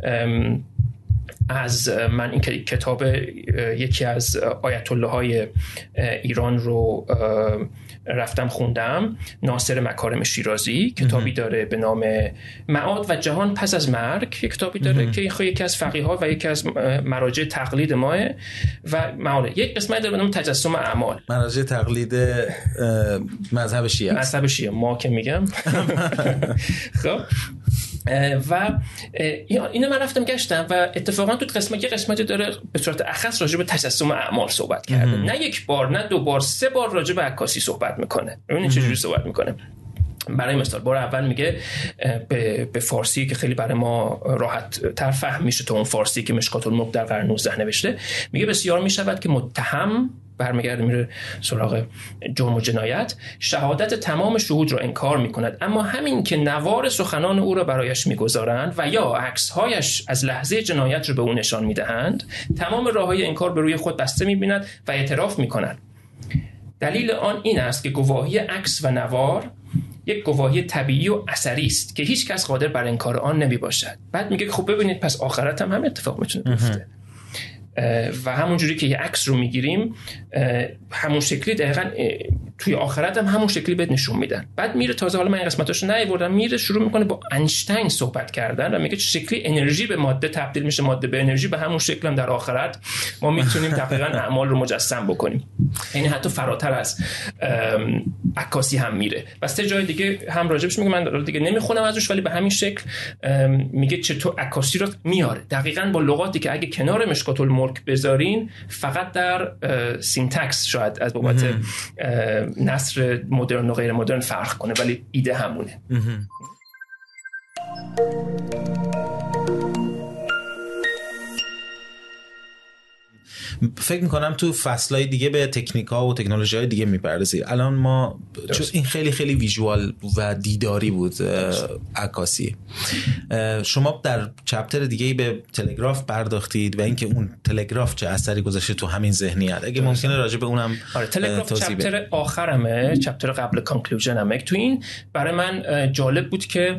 از من این کتاب یکی از آیت الله های ایران رو رفتم خوندم، ناصر مکارم شیرازی، کتابی داره به نام معاد و جهان پس از مرگ، یک کتابی داره که یکی از فقیه ها و یکی از مراجع تقلید ماه و معاله. یک قسمت داره به نام تجسم اعمال، مراجع تقلید مذهب شیعه مذهب شیعه ما که میگم. خب و اینو من رفتم گشتم و اتفاقا تو قسمت یه قسمتی داره به صورت اخص راجع به تجسم اعمال صحبت کرده، نه یک بار نه دو بار، سه بار راجع به عکاسی صحبت میکنه. ببینید چه جوری صحبت میکنه. برای مثال بار اول میگه به, به فارسی که خیلی برای ما راحت تر فهم میشه تا اون فارسی که مشکات الملک در قرن نوزدهم نوشته، میگه بسیار میشود که متهم برمیگرده میره سراغ جرم و جنایت شهادت تمام شهود را انکار میکند، اما همین که نوار سخنان او را برایش میگذارند و یا عکسهایش از لحظه جنایت را به او نشان میدهند، تمام راههای انکار به روی خود بسته میبیند و اعتراف میکند. دلیل آن این است که گواهی عکس و نوار یک گواهی طبیعی و اثری است که هیچ کس قادر بر انکار آن نمی باشد. بعد میگه خب ببینید پس آخرت هم همین اتفاق میتونه بیفته و همون جوری که یه عکس رو میگیریم همون شکلی دقیقاً توی آخرت هم همون شکلی بهت نشون میدن. بعد میره تازه، حالا من این قسمتاشو نیاوردم، میره شروع میکنه با اینشتین صحبت کردن و میگه چه شکلی انرژی به ماده تبدیل میشه، ماده به انرژی، به همون شکل هم در آخرت ما میتونیم دقیقاً اعمال رو مجسم بکنیم. یعنی حتی فراتر از عکاسی هم میره. و سه جای دیگه هم راجبش میگه، من دیگه نمیخونم ازش، ولی به همین شکل میگه چطور عکاسی رو میاره دقیقاً با لغاتی که اگه کنار مشکات الملک بذارین فقط در سینتکس شاید از بابت نثر مدرن و غیر مدرن فرق کنه، ولی ایده همونه. فکر میکنم تو فصلهای دیگه به تکنیک‌ها و تکنولوژی‌های دیگه میپردازی. الان ما چون این خیلی خیلی ویژوال و دیداری بود عکاسی، شما در چپتر دیگه به تلگراف پرداختید و اینکه اون تلگراف چه اثری گذاشته تو همین ذهنیت، اگه ممکنه راجع به اونم آره تلگراف چپتر آخرمه، چپتر قبل کانکلوژنمه. تو این برای من جالب بود که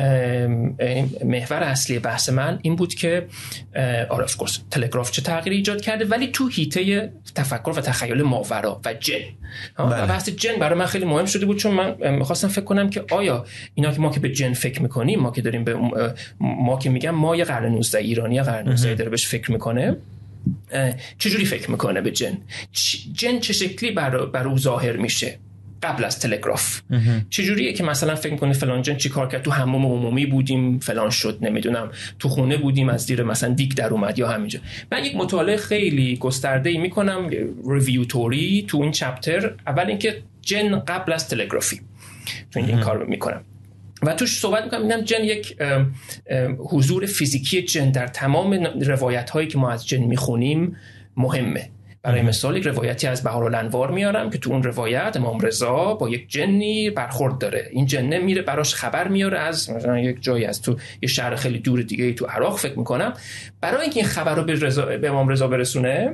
محور اصلی بحث من این بود که آره اف کورس تلگراف چه تغییری ایجاد کرده، ولی تو حیطه تفکر و تخیل ماورا و جن. و بحث جن برای من خیلی مهم شده بود، چون من میخواستم فکر کنم که آیا اینا که ما که به جن فکر میکنیم، ما که داریم به ما که میگم ما یه قرن نوزدهم ایرانی قرن نوزدهم داره بهش فکر میکنه، چجوری فکر میکنه به جن؟ جن چه شکلی بر بر او ظاهر میشه قبل از تلگراف؟ چجوریه که مثلا فکر میکنه فلان جن چی کار کرد، تو حمام عمومی بودیم فلان شد، نمیدونم تو خونه بودیم از زیر مثلا دیگ در اومد یا همینجا. من یک مطالعه خیلی گسترده‌ای میکنم، ریویو توری تو این چپتر. اول اینکه جن قبل از تلگرافی تو این کار میکنم و توش صحبت میکنم، میگم جن یک حضور فیزیکی جن در تمام روایت هایی که ما از جن میخونیم مهمه. برای مثال یک روایتی از بهارالانوار میارم که تو اون روایت امام رضا با یک جنی برخورد داره. این جنه میره براش خبر میاره از مثلا یک جایی از تو یه شهر خیلی دور دیگه تو عراق فکر میکنم. برای اینکه این خبر رو به, رضا، به امام رضا برسونه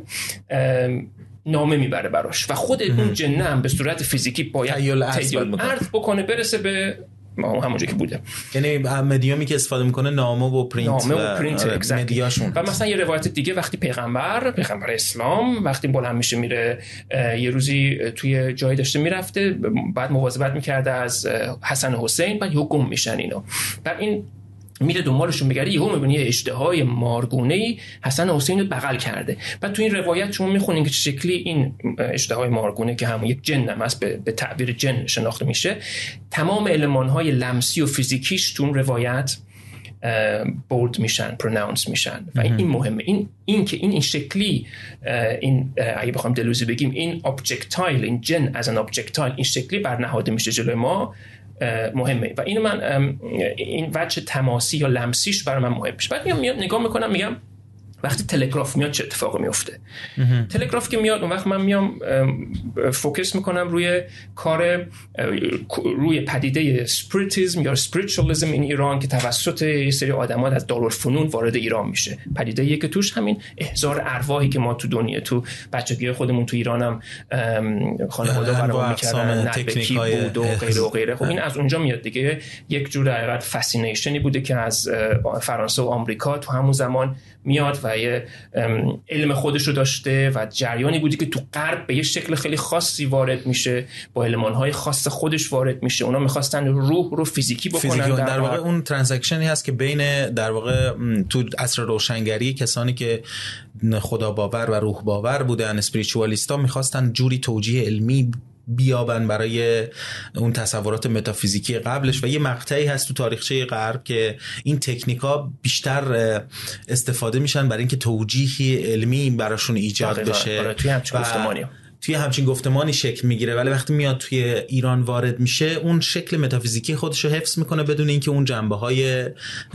نامه میبره براش و خود اون جنه هم به صورت فیزیکی باید تیل عرض بکنه برسه به ما همونجا که بوده. یعنی مدیومی که استفاده میکنه نامه و پرینت نامه و پرینت و مدیاشون. و مثلا یه روایت دیگه وقتی پیغمبر پیغمبر اسلام وقتی بلند میشه میره یه روزی توی جایی داشته میرفته، بعد مواظبت میکرده از حسن و حسین، بعد یهو گم میشن اینا. بعد این میره دنبالشون میگره، یهو میبینه یه اژدهای مارگونه‌ای حسن و حسین رو بغل کرده. بعد تو این روایت شما میخونین که چه شکلی این اژدهای مارگونه که همون یک جن هم هست، به تعبیر جن شناخته میشه، تمام المان‌های لمسی و فیزیکیش تو اون روایت بولد میشن، پرونانس میشن و این مهمه. این این که این این شکلی این اگه بخوام دلوزی بگیم این ابجکتایل، این جن از ان ابجکتایل این شکلی برنهاده میشه جلوی ما مهمه و این من این وجه تماسی یا لمسیش برای من مهم میشه. بعد میام نگاه میکنم میگم وقتی تلگراف میاد چه اتفاقی میفته. تلگراف که میاد اون وقت من میام فوکس میکنم روی کار روی پدیده اسپریتیسم یا اسپریچوالیسم این ایران که توسط یه سری آدم‌ها از دارالفنون وارد ایران میشه. پدیده‌ای که توش همین احضار ارواحی که ما تو دنیا تو بچگی خودمون تو ایرانم خانواده برام میکردن، نبکی بود و غیره و غیره. خب این از اونجا میاد دیگه. یک جور حقیقت فاسینیشنی بوده که از فرانسه و آمریکا تو همون زمان میاد و یه علم خودش رو داشته و جریانی بودی که تو غرب به یه شکل خیلی خاصی وارد میشه، با المان‌های خاص خودش وارد میشه. اونا میخواستن روح رو فیزیکی بکنن. فیزیکی در, در واقع اون ترانزکشنی هست که بین در واقع تو عصر روشنگری کسانی که خدا باور و روح باور بودن، اسپریچوالیستا، میخواستن جوری توجیه علمی بیابن برای اون تصورات متافیزیکی قبلش و یه مقطعی هست تو تاریخچه غرب که این تکنیکا بیشتر استفاده میشن برای اینکه توجیهی علمی براشون ایجاد بشه. آره توی همچون گفتمانی توی همچین گفتمانی شکل میگیره، ولی وقتی میاد توی ایران وارد میشه اون شکل متافیزیکی خودش رو حفظ میکنه بدون اینکه اون جنبه‌های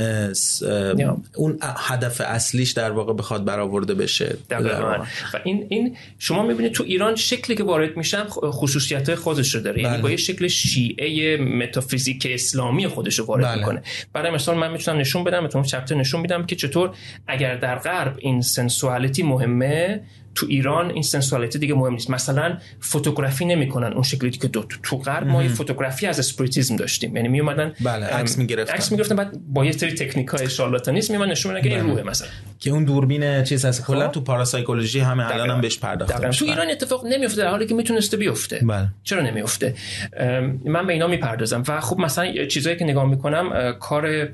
اون هدف اصلیش در واقع بخواد برآورده بشه. و این این شما میبینید تو ایران شکلی که وارد میشن خصوصیت‌های خودش رو داره. یعنی با یه شکل شیعه متافیزیک اسلامی خودش رو وارد بله. میکنه. برای مثال من میتونم نشون بدم، میتونم چپتر نشون میدم که چطور اگر در غرب این سنسوالیتی مهمه، تو ایران این سنسوالیتی دیگه مهم نیست. مثلا فوتوگرافی نمیکنن اون شکلی که دو تو غرب ما یه فوتوگرافی از اسپریتیسم داشتیم، یعنی می اومدن بله عکس میگرفتن عکس میگرفتن بعد با یه سری تکنیک‌های شارلاتانیسم میمن نشون میدن که این روحه مثلا، که اون دوربین چیز هست. کلا تو پاراسایکولوژی همه الان هم بهش پرداخته میشه. تو ایران اتفاق نمیفته در حالی که میتونسته بیفته. بله. چرا نمیفته؟ من به اینا میپردازم و خب مثلا چیزایی که نگاه میکنم کار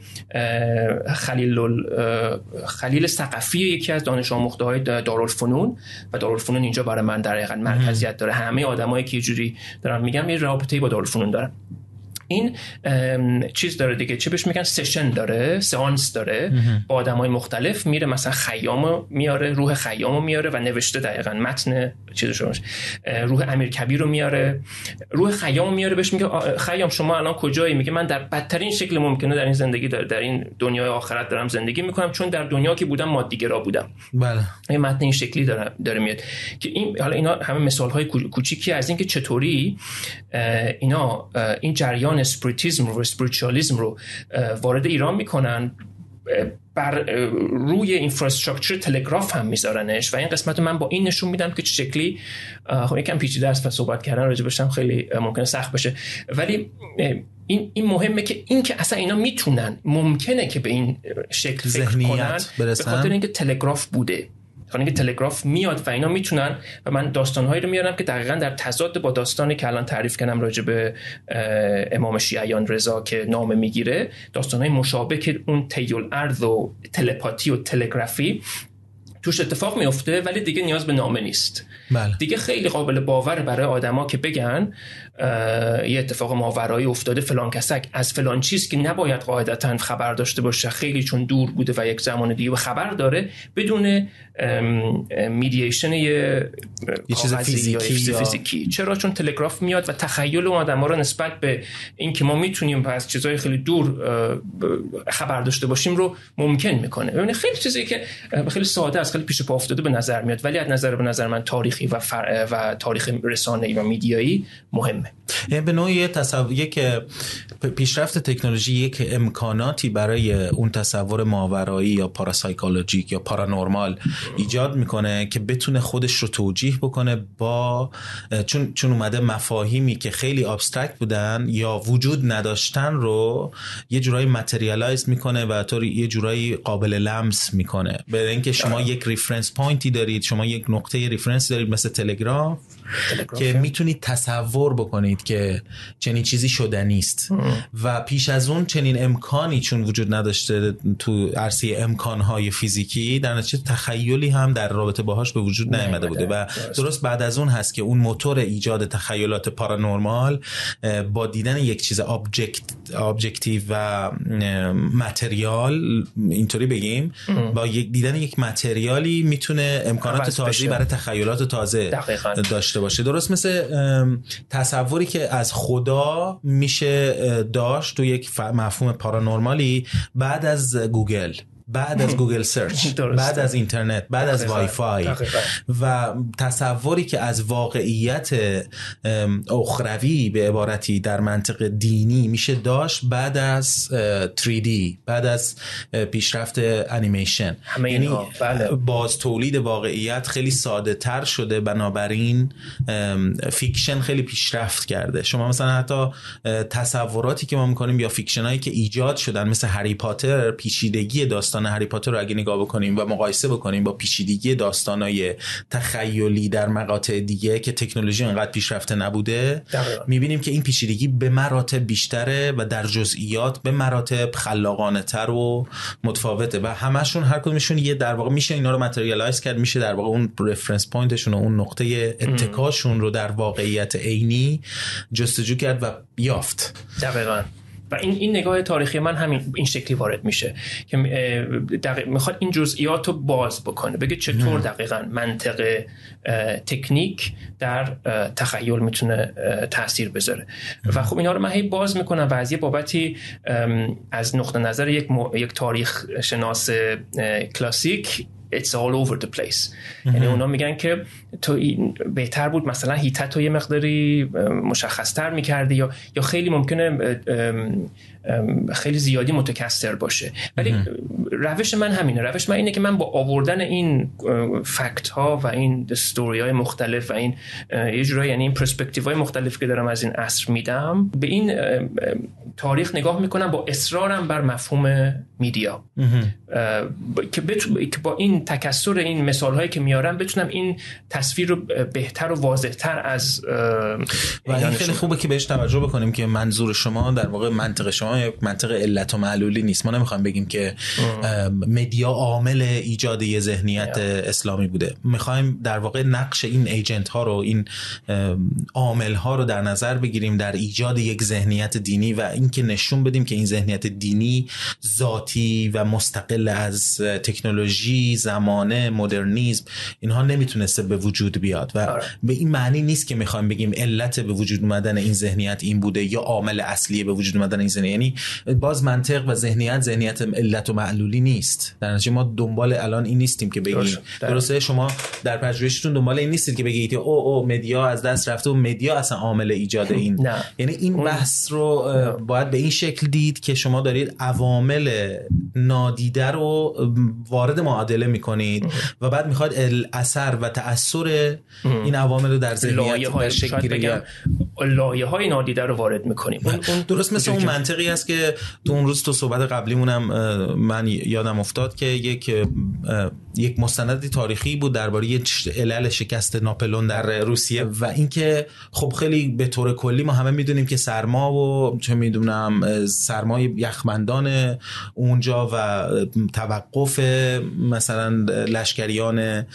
خلیل خلیل ثقفی، یکی از دانش آموخته‌های دارالفنون و دارالفنون اینجا برای من در حقیقت مرکزیت داره. همه آدمایی که یه جوری دارن میگم یه رابطه‌ای با دارالفنون دارن. این چیز داره دیگه، چه بهش میگن سشن داره، سئانس داره با آدمای مختلف، میره مثلا خیامو میاره، روح خیامو میاره و نوشته دقیقاً متن چیزشو، روح امیرکبیر رو میاره، روح خیامو میاره، بهش میگه خیام شما الان کجایی؟ میگه من در بدترین شکل ممکنه در این زندگی در, در این دنیای آخرت دارم زندگی میکنم، چون در دنیا که بودم مادیگرا بودم. بله این متن این شکلی داره داره میاد که این حالا اینا همه مثال های کوچیکی از این که چطوری اینا این جریان اسپریتیسم و اسپریچوالیسم رو وارد ایران میکنن، بر روی اینفراستراکچر تلگراف هم میذارنش و این قسمت رو من با این نشون میدم که چه شکلی، خب یکم پیچیده است و صحبت کردن راجع بهش خیلی ممکنه سخت بشه، ولی این این مهمه که این که اصلا اینا میتونن ممکنه که به این شکل فکر کنن به خاطر اینکه تلگراف بوده، خاطر اینکه تلگراف میاد و اینا میتونن. و من داستانهایی رو میارم که دقیقاً در تضاد با داستانی که الان تعریف کردم راجع به امام شیعیان رضا که نام میگیره، داستانهای مشابه که اون طی‌ال ارض و تلپاتی و تلگرافی توش اتفاق میفته، ولی دیگه نیاز به نامه نیست. بله. دیگه خیلی قابل باور برای آدما که بگن یه اتفاق ماورایی افتاده، فلان کسک از فلان چیز که نباید قاعدتاً خبر داشته باشه، خیلی چون دور بوده و یک زمان دیگه خبر داره، بدون میدییشن یه چیز فیزیکی, یا فیزیکی. چرا؟ چون تلگراف میاد و تخیل اون آدما رو نسبت به اینکه ما میتونیم از چیزهای خیلی دور خبر داشته باشیم رو ممکن میکنه. ببینید خیلی چیزی که خیلی ساده است، خیلی پیش پا افتاده به نظر میاد، ولی از نظر به نظر من تاریخی و فر... و تاریخ رسانه‌ای و میدیایی مهمه. یعنی به نوعی تصور یک پیشرفت تکنولوژی یک امکاناتی برای اون تصور ماورایی یا پاراسایکولوژیک یا پارانورمال ایجاد میکنه که بتونه خودش رو توجیه بکنه با چون چون اومده مفاهیمی که خیلی ابسترکت بودن یا وجود نداشتن رو یه جورایی ماتریالایز میکنه و طوری یه جورایی قابل لمس میکنه. به اینکه شما یک ریفرنس پوینتی دارید، شما یک نقطه ریفرنس دارید مثل تلگراف که میتونید تصور بکنید که چنین چیزی شدنی است و پیش از اون چنین امکانی چون وجود نداشته تو عرصه امکانهای فیزیکی، در نتیجه تخیلی هم در رابطه باهاش به وجود نیامده بوده و درست بعد از اون هست که اون موتور ایجاد تخیلات پارانورمال با دیدن یک چیز ابجکت ابجکتیو و متریال، اینطوری بگیم، با یک دیدن یک متریالی میتونه امکانات تازه‌ای برای تخیلات تازه دقیقاً داشته باشه. درست مثل تصوری که از خدا میشه داشت تو یک مفهوم پارانورمالی بعد از گوگل، بعد از گوگل سرچ، بعد از اینترنت، بعد از وای فای و تصوری که از واقعیت اخروی به عبارتی در منطق دینی میشه داشت بعد از تری دی، بعد از پیشرفت انیمیشن. یعنی بله. باز تولید واقعیت خیلی ساده تر شده، بنابراین فیکشن خیلی پیشرفت کرده. شما مثلا حتی تصوراتی که ما میکنیم یا فیکشن هایی که ایجاد شدن مثل هری پاتر، پیچیدگی داستان هری پاتر رو اگه نگاه بکنیم و مقایسه بکنیم با پیچیدگی داستانای تخیلی در مقاطع دیگه که تکنولوژی انقدر پیشرفته نبوده، میبینیم که این پیچیدگی به مراتب بیشتره و در جزئیات به مراتب خلاقانه تر و متفاوته و همشون هر کدومشون یه در واقع میشه اینا رو ماتریالایز کرد، میشه در واقع اون رفرنس پوینتشون و اون نقطه اتکاشون رو در واقعیت عینی جستجو کرد و یافت. دقیقاً و این این نگاه تاریخی من همین این شکلی وارد میشه که دقیق میخواد این جزئیات رو باز بکنه، بگه چطور دقیقاً منطق تکنیک در تخیل میتونه تاثیر بذاره. و خب اینا رو من هی باز میکنم و از یه بابتی از نقطه نظر یک م... یک تاریخ شناس کلاسیک it's all over the place. یعنی اونا میگن که تو بهتر بود مثلا هیتت رو یه مقداری مشخص‌تر میکردی یا یا خیلی ممکنه خیلی زیادی متکثر باشه. ولی روش من همینه، روش من اینه که من با آوردن این فکت ها و این استوری های مختلف و این یه جورایی یعنی این پرسپکتیو های مختلف که دارم از این عصر میدم، به این تاریخ نگاه میکنم با اصرارم بر مفهوم میدیا که با این تکثر این مثال هایی که میارم بتونم این تصویر رو بهتر و واضح تر از و این خیلی خوبه که بهش توجه بکنیم که منظور شما در واقع منطق شما منطق علت و معلولی نیست. ما نمیخوایم بگیم که مدیا عامل ایجاد یه ذهنیت اسلامی بوده. میخوایم در واقع نقش این ایجنت ها رو، این عامل ها رو در نظر بگیریم در ایجاد یک ذهنیت دینی و اینکه نشون بدیم که این ذهنیت دینی ذاتی و مستقل از تکنولوژی، زمانه، مدرنیسم اینها نمیتونسته به وجود بیاد و آره. به این معنی نیست که میخوایم بگیم علت به وجود اومدن این ذهنیت این بوده یا عامل اصلی به وجود اومدن این ذهنیت. یعنی باز منطق و ذهنیت ذهنیت علت و معلولی نیست. در نتیجه ما دنبال الان این نیستیم که بگیم درسته شما در پژوهشتون دنبال این نیستید که بگید او او مدیا از دست رفته و مدیا اصلا عامل ایجاد این نه. یعنی این بحث رو نه. باید به این شکل دید که شما دارید عوامل نادیده رو وارد معادله میکنید و بعد میخواد اثر و تأثیر این عوامل رو در ذهنیت شکل گیری لایه‌های نادیده رو وارد میکنیم. درست مثل اون منطقی است که تو اون روز تو صحبت قبلیمونم من یادم افتاد که یک یک مستندی تاریخی بود درباره علل شکست ناپلئون در روسیه و اینکه خب خیلی به طور کلی ما همه میدونیم که سرما و چه میدونم سرمای یخبندان اونجا و توقف مثلا لشکریان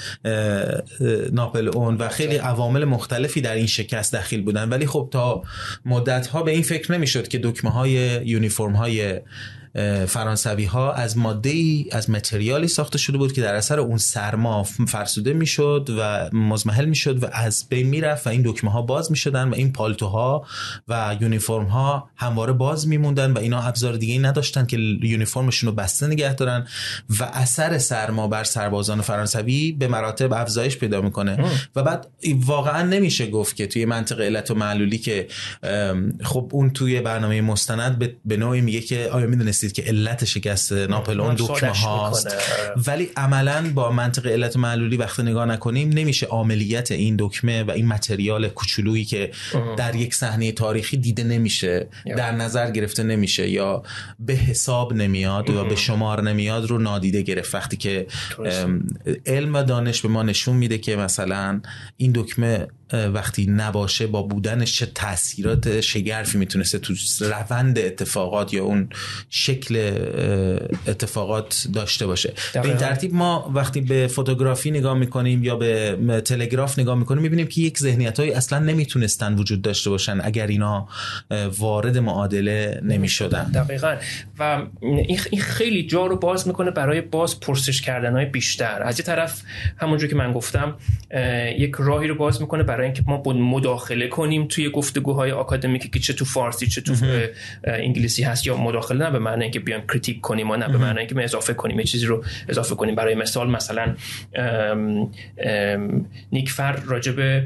ناپلئون و خیلی عوامل مختلفی در این شکست دخیل بودن، ولی خب تا مدت‌ها به این فکر نمی‌شد که دکمه‌های یونیفرم‌های فرانسوی ها از ماده ای از متریالی ساخته شده بود که در اثر اون سرما فرسوده میشد و مزمحل میشد و از بین میرفت و این دکمه ها باز میشدن و این پالتوها و یونیفرم ها همواره باز میموندن و اینا ابزار دیگه ای نداشتن که یونیفرمشون رو بسته نگه دارن و اثر سرما بر سربازان فرانسوی به مراتب افزایش پیدا میکنه و بعد واقعا نمیشه گفت که توی منطق علت و معلولی که خب اون توی برنامه مستند به نوعی میگه که آیا میدونستید که علت شکست ناپلئون دکمه هاست، ولی عملاً با منطق علت و معلولی وقتی نگاه نکنیم نمیشه عاملیت این دکمه و این متریال کوچولویی که در یک صحنه تاریخی دیده نمیشه در نظر گرفته نمیشه یا به حساب نمیاد یا به شمار نمیاد رو نادیده گرفت، وقتی که علم و دانش به ما نشون میده که مثلا این دکمه وقتی نباشه با بودنش چه تأثیرات شگرفی میتونسته تو روند اتفاقات یا اون شکل اتفاقات داشته باشه. به این ترتیب ما وقتی به فوتوگرافی نگاه میکنیم یا به تلگراف نگاه میکنیم میبینیم که یک ذهنیت‌های اصلا نمیتونستن وجود داشته باشن اگر اینا وارد معادله نمیشدن. دقیقاً. و این خیلی جا رو باز میکنه برای باز پرسش کردن‌های بیشتر. از یه طرف همونجوری که من گفتم یک راهی رو باز میکنه برای اینکه ما مداخله کنیم توی گفتگوهای آکادمیکی که چه تو فارسی چه تو انگلیسی هست، یا مداخله نه به معنی اینکه بیایم کریتیک کنیم و نه به معنی اینکه اضافه کنیم یه چیزی رو اضافه کنیم. برای مثال مثلا ام ام نیکفر راجب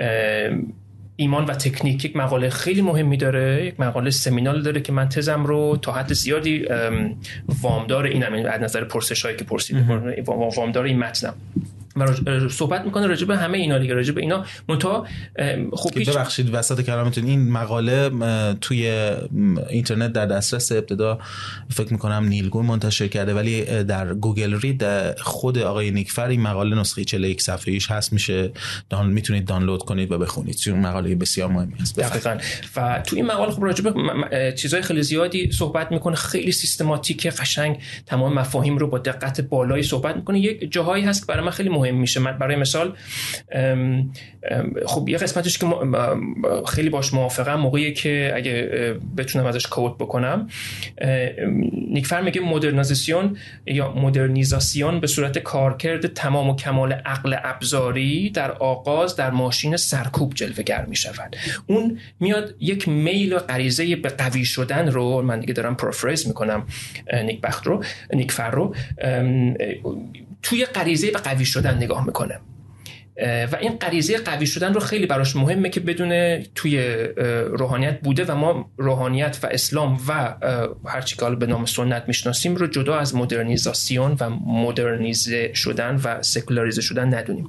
ایمان و تکنیک یک مقاله خیلی مهمی داره، یک مقاله سمینال داره که من تزم رو تا حد زیادی وامدار اینم، از نظر پرسشایی که پرسیده وامدار این متنم و صحبت میکنه راجع به همه اینا دیگه، راجع به اینا منتها خب ببخشید وسط کلامتون این مقاله توی اینترنت در دسترس ابتدا فکر میکنم نیلگون منتشر کرده، ولی در گوگل رید خود آقای نیکفر این مقاله نسخه چهل و یک صفحه‌ایش هست، میشه دان میتونید دانلود کنید و بخونید. چون مقاله بسیار مهمی است. دقیقاً. و تو این مقاله خب راجع به چیزای خیلی زیادی صحبت میکنه، خیلی سیستماتیک، قشنگ تمام مفاهیم رو با دقت بالایی صحبت میکنه. یک جاهایی هست که برای من خیلی مهم مهم میشه. برای مثال خب یه قسمتش که خیلی باش موافقم موقعی که اگه بتونم ازش کوت بکنم، نیک فرم میگه مدرنیزاسیون یا مدرنیزاسیون به صورت کارکرد تمام و کمال عقل ابزاری در آغاز در ماشین سرکوب جلوه‌گر میشود. اون میاد یک میل و غریزه به قوی شدن رو، من دیگه دارم پرافریز میکنم نیک بخت رو نیک فر رو، توی غریزه به قوی شدن نگاه میکنه و این غریزه قوی شدن رو خیلی براش مهمه که بدون توی روحانیت بوده و ما روحانیت و اسلام و هر چی که به نام سنت میشناسیم رو جدا از مدرنیزاسیون و مدرنیزه شدن و سکولاریزه شدن ندونیم.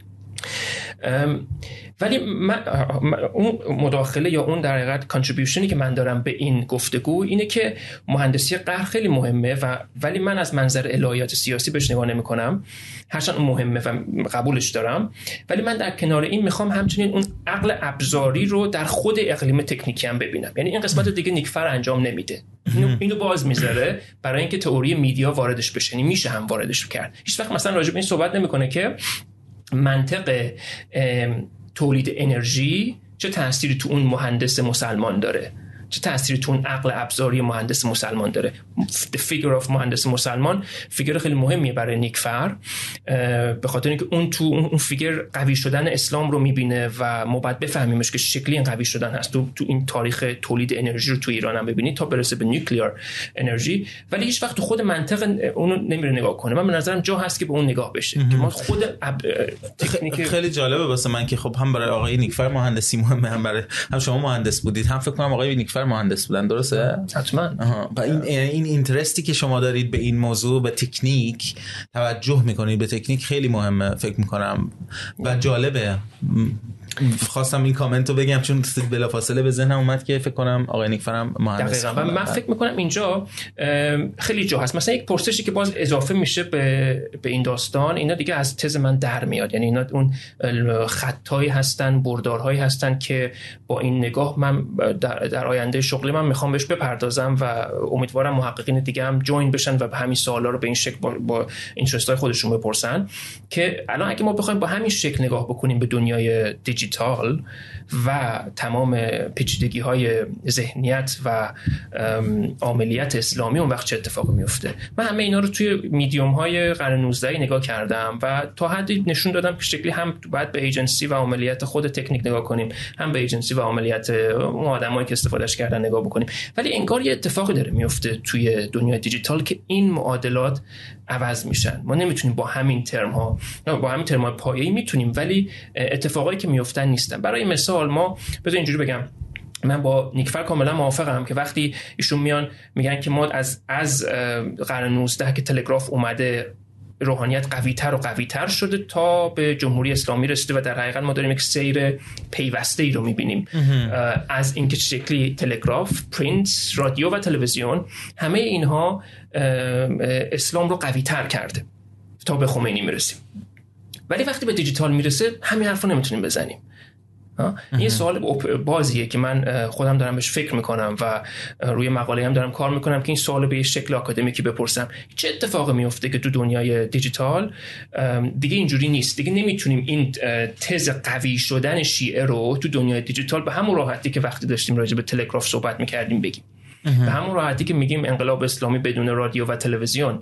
ولی من اون مداخله یا اون در حقیقت کانتریبیوشنی که من دارم به این گفتگو اینه که مهندسی قهر خیلی مهمه و ولی من از منظر الهیات سیاسی بهش نگاه نمی‌کنم، هرچند اون مهمه و قبولش دارم، ولی من در کنار این میخوام همچنین اون عقل ابزاری رو در خود اقلیم تکنیکی هم ببینم. یعنی این قسمت رو دیگه نیک فر انجام نمیده، اینو اینو باز میذاره برای اینکه تئوری میدیا واردش بشه. یعنی میشه هم واردش کرد. هیچ وقت مثلا راجع به این صحبت نمیکنه که منطق تولید انرژی چه تأثیری تو اون مهندس مسلمان داره، چه تأثیری تو اون عقل ابزاری مهندس مسلمان داره. The figure of مهندس مسلمان فیگر خیلی مهمیه برای نیک فر، به خاطر اینکه اون تو اون فیگر قوی شدن اسلام رو میبینه و ما باید بفهمیمش که شکلی این قوی شدن هست. تو تو این تاریخ تولید انرژی رو تو ایران هم ببینید تا برسه به نیوکلیار انرژی، ولی هیچ وقت تو خود منطق اونو نمیره نگاه کنه. من به نظرم جا هست که به اون نگاه بشه که ما خود تکنیک خیلی جالبه واسه من که خب هم برای آقای نیک فر مهندسی مهمه، هم برای هم شما مهندس بودید، هم فکر کنم آقای نیک فر مهندس بودن، درسته؟ حتما. و این این اینترستی که شما دارید به این موضوع، به تکنیک توجه میکنید، به تکنیک خیلی مهمه فکر میکنم و جالبه. خواستم این کامنت رو بگم چون بلافاصله به ذهنم اومد که فکر کنم آقای نیک فرم مهندس. دقیقاً. و من فکر میکنم اینجا خیلی جا هست. مثلا یک پرسشی که باز اضافه میشه به به این داستان، اینا دیگه از تز من در میاد. یعنی اینا اون خطایی هستن، بردارهایی هستن که با این نگاه من در, در آینده شغلی من میخوام بهش بپردازم و امیدوارم محققین دیگه هم جوین بشن و به همین سوالا رو به این شکل با, با اینترستای خودشون بپرسن که الان اگه ما بخوایم با همین شکل نگاه بکنیم به دنیای دیجیتال و تمام پیچیدگی‌های ذهنیت و عملیات اسلامی، اون وقت چه اتفاقی میفته؟ من همه اینا رو توی میدیوم‌های قرن نوزدهم نگاه کردم و تا حدی نشون دادم که شکلی هم باید به ایجنسی و عملیات خود تکنیک نگاه کنیم، هم به ایجنسی و عملیات اون آدمایی که استفادهش کردن نگاه بکنیم. ولی انگار یه اتفاقی داره میفته توی دنیای دیجیتال که این معادلات عوض میشن. ما نمیتونیم با همین ترم ها با همین ترم های پایه‌ای میتونیم، ولی اتفاقایی که میافتن نیستن. برای مثال ما بذار اینجوری بگم، من با نیک فر کاملا موافقم که وقتی ایشون میان میگن که ما از از قرن نوزدهم که تلگراف اومده روحانیت قوی‌تر و قوی‌تر شده تا به جمهوری اسلامی رسیده و در حقیقت ما داریم یک سیر پیوسته‌ای رو می‌بینیم از اینکه چه شکلی تلگراف، پرینت، رادیو و تلویزیون همه اینها اسلام رو قوی‌تر کرده تا به خمینی میرسیم. ولی وقتی به دیجیتال میرسه همین حرفو نمیتونیم بزنیم. این سوال بازیه که من خودم دارم بهش فکر میکنم و روی مقاله هم دارم کار میکنم که این سوال به شکل آکادمیکی بپرسم چه اتفاقی میفته که تو دنیای دیجیتال دیگه اینجوری نیست. دیگه نمیتونیم این تز قوی شدن شیعه رو تو دنیای دیجیتال به همون راحتی که وقتی داشتیم راجع به تلگراف صحبت میکردیم بگیم، به همون راحتی که میگیم انقلاب اسلامی بدون رادیو و تلویزیون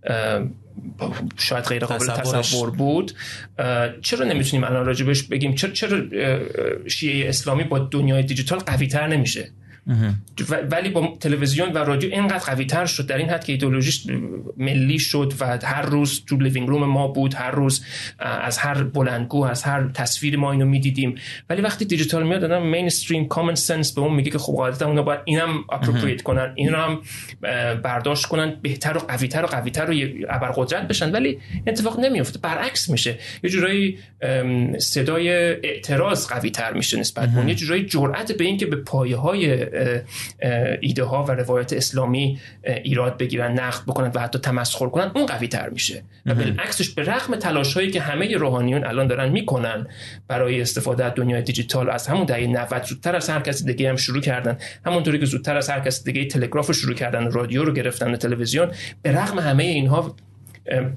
شاید غیر قابل تصور بود. چرا نمیتونیم الان راجبش بگیم چرا چرا شیعه اسلامی با دنیای دیجیتال قوی تر نمیشه ولی با تلویزیون و رادیو اینقدر قوی تر شد در این حد که ایدئولوژیش ملی شد و هر روز تو لیوینگ روم ما بود، هر روز از هر بلندگو از هر تصویر ما اینو میدیدیم. ولی وقتی دیجیتال میاد آدم مینستریم کامن سنس به اون میگه که خب قاعدتا اونا باید اینم اپروپریت کنن، اینا هم برداشت کنن، بهتر و قوی تر و قوی تر و ابرقدرت بشن. ولی اتفاق نمیفته، برعکس میشه. یه جورایی صدای اعتراض قوی تر میشه نسبت به اون، یه جورایی جرأت به این که به پایه‌های ایده ها و روایت اسلامی ایراد بگیرن، نقد بکنن و حتی تمسخر کنن اون قوی تر میشه. و بالعکسش به رغم تلاش هایی که همه روحانیون الان دارن میکنن برای استفاده از دنیای دیجیتال، از همون دهه نود زودتر از هر کس دیگه هم شروع کردن، همونطوری که زودتر از هر کس دیگه تلگراف رو شروع کردن، رادیو رو گرفتن و تلویزیون، به رغم همه اینها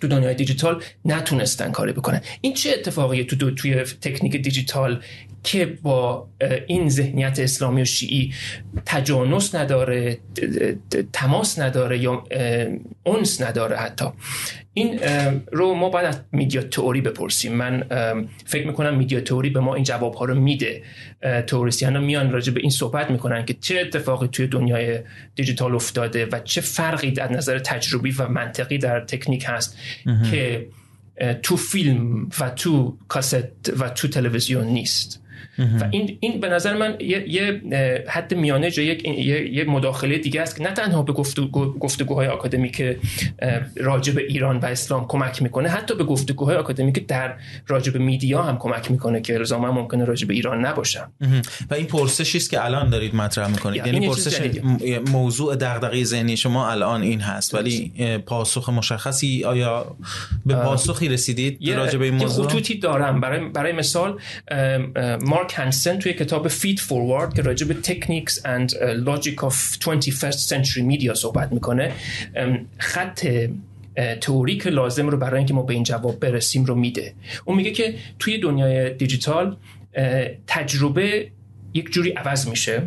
تو دنیای دیجیتال نتونستن کاری بکنن. این چه اتفاقیه تو توی تکنیک دیجیتال که با این ذهنیت اسلامی و شیعی تجانس نداره، تماس نداره یا انس نداره. حتی این رو ما باید از میدیا تئوری بپرسیم. من فکر میکنم میدیا تئوری به ما این جوابها رو میده. تئوریسین ها میان راجع به این صحبت میکنن که چه اتفاقی توی دنیای دیجیتال افتاده و چه فرقی از نظر تجربی و منطقی در تکنیک هست که تو فیلم و تو کاست و تو تلویزیون نیست. و این این به نظر من یه, یه حد میانه جا یک یه, یه مداخله دیگه است که نه تنها به گفتگو گفتگوهای آکادمیک راجع به ایران و اسلام کمک میکنه، حتی به گفتگوهای آکادمیک در راجع به میدیا هم کمک میکنه که الزاما ممکنه راجع به ایران نباشه. و این پرسشی است که الان دارید مطرح میکنید، یعنی پرسش موضوع دغدغه ذهنی شما الان این هست، ولی پاسخ مشخصی آیا به پاسخی رسیدید راجع به این موضوع؟ یه خطوطی دارم. برای برای مثال مارک هانسن توی کتاب فید فوروارد که راجع به تکنیکس and logic of twenty-first century media صحبت میکنه، خط تئوریک لازم رو برای اینکه ما به این جواب برسیم رو میده. اون میگه که توی دنیای دیجیتال تجربه یک جوری عوض میشه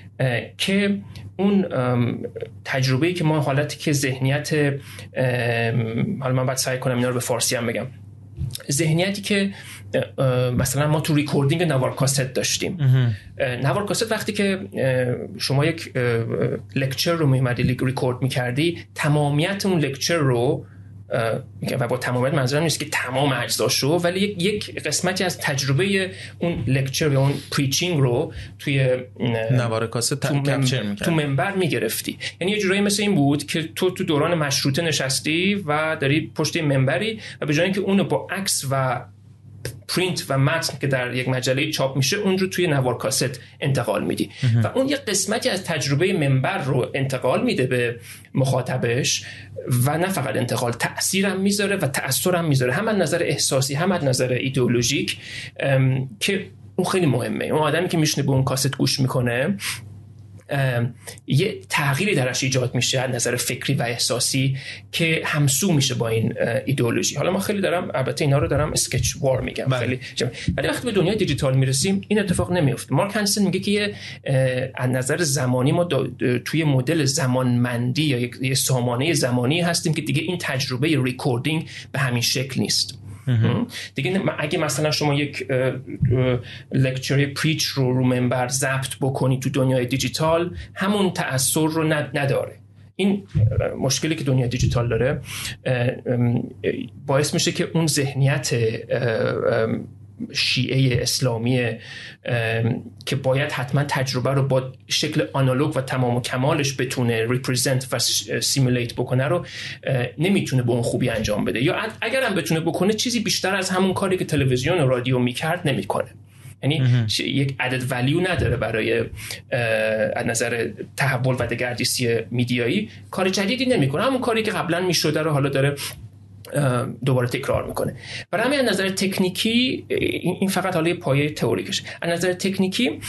که اون تجربه‌ای که ما حالتی که ذهنیت، حالا من باید سعی کنم اینا رو به فارسی هم بگم، ذهنیتی که مثلا ما تو ریکوردینگ نوار کاست داشتیم. نوار کاست وقتی که شما یک لکچر رو می‌اومدی ریکورد می‌کردی، تمامیت اون لکچر رو، و با تمامیت منظورم نیست که تمام اجزاشو، ولی یک یک قسمتی از تجربه اون لکچر یا اون پریچینگ رو توی نوار کاست کپچر می‌کردی، تو منبر می‌گرفتی. یعنی یه جورایی مثل این بود که تو تو دوران مشروطه نشستی و داری پشت منبری و به جای اینکه اونو با عکس و پرینت و متن که در یک مجله چاپ میشه اون رو توی نوار کاست انتقال میدی و اون یک قسمتی از تجربه منبر رو انتقال میده به مخاطبش و نه فقط انتقال، تأثیرم میذاره و تأثیرم میذاره، هم از نظر احساسی هم از نظر ایدئولوژیک، که اون خیلی مهمه. اون آدمی که میشنه به اون کاست گوش میکنه یه تغییری درش ایجاد میشه از نظر فکری و احساسی که همسو میشه با این ایدئولوژی. حالا ما خیلی دارم البته اینا رو دارم اسکچ وار میگم بله. خیلی جمع. ولی وقتی به دنیای دیجیتال میرسیم این اتفاق نمیفته. مارک هانسن میگه که از نظر زمانی ما توی مدل زمانمندی یا یه سامانه زمانی هستیم که دیگه این تجربه ریکوردینگ به همین شکل نیست. دیگه اگه مثلا شما یک لکچر پریچ رو رو منبر ضبط بکنی تو دنیای دیجیتال، همون تأثیر رو نداره. این مشکلی که دنیای دیجیتال داره باعث میشه که اون ذهنیت شیعه اسلامی که باید حتما تجربه رو با شکل آنالوگ و تمام و کمالش بتونه ریپرزنت و سیمولیت بکنه رو نمیتونه به اون خوبی انجام بده، یا اگر هم بتونه بکنه چیزی بیشتر از همون کاری که تلویزیون و رادیو میکرد نمیکنه. یعنی یک عدد ولیو نداره برای از نظر تحول و دگردیسی میدیایی، کار جدیدی نمیکنه، همون کاری که قبلا میشده رو حالا داره دوباره تکرار میکنه. برای همین از نظر تکنیکی این فقط حالا پایه تئوریکش، از نظر تکنیکی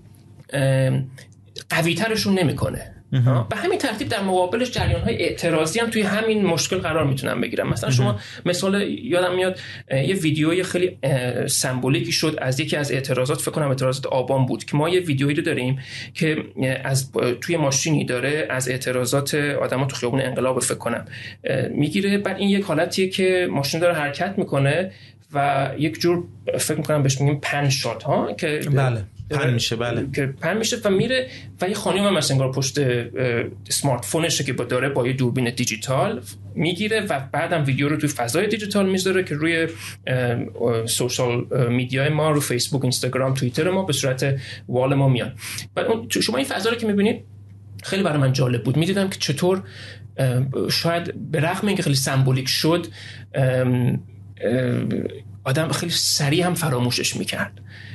قوی ترشون نمیکنه. به همین ترتیب در مقابلش جریان‌های اعتراضی هم توی همین مشکل قرار میتونن بگیرن. مثلا شما مثال یادم میاد یه ویدیوی خیلی سمبولیکی شد از یکی از اعتراضات، فکر کنم اعتراضات آبان بود، که ما یه ویدیویی رو داریم که از توی ماشینی داره از اعتراضات آدما تو خیابون انقلاب فکر کنم میگیره. بعد این یک حالتیه که ماشین داره حرکت میکنه و یک جور فکر میکنم بهش میگیم پن شات ها که بله پن میشه، بله که پن میشه و میره و یه خانم هم مثلا انگار پشت اسمارت فونشه که با داره با یه دوربین دیجیتال میگیره و بعدم ویدیو رو توی فضای دیجیتال میذاره که روی سوشال میدیا ما، رو فیسبوک، اینستاگرام، توییتر ما به صورت وال ما میاد. بعد شما این فضا رو که میبینید خیلی برای من جالب بود، میدیدم که چطور شاید به رغم اینکه خیلی سمبولیک شد آدم خیلی سریع هم فراموشش میکرد.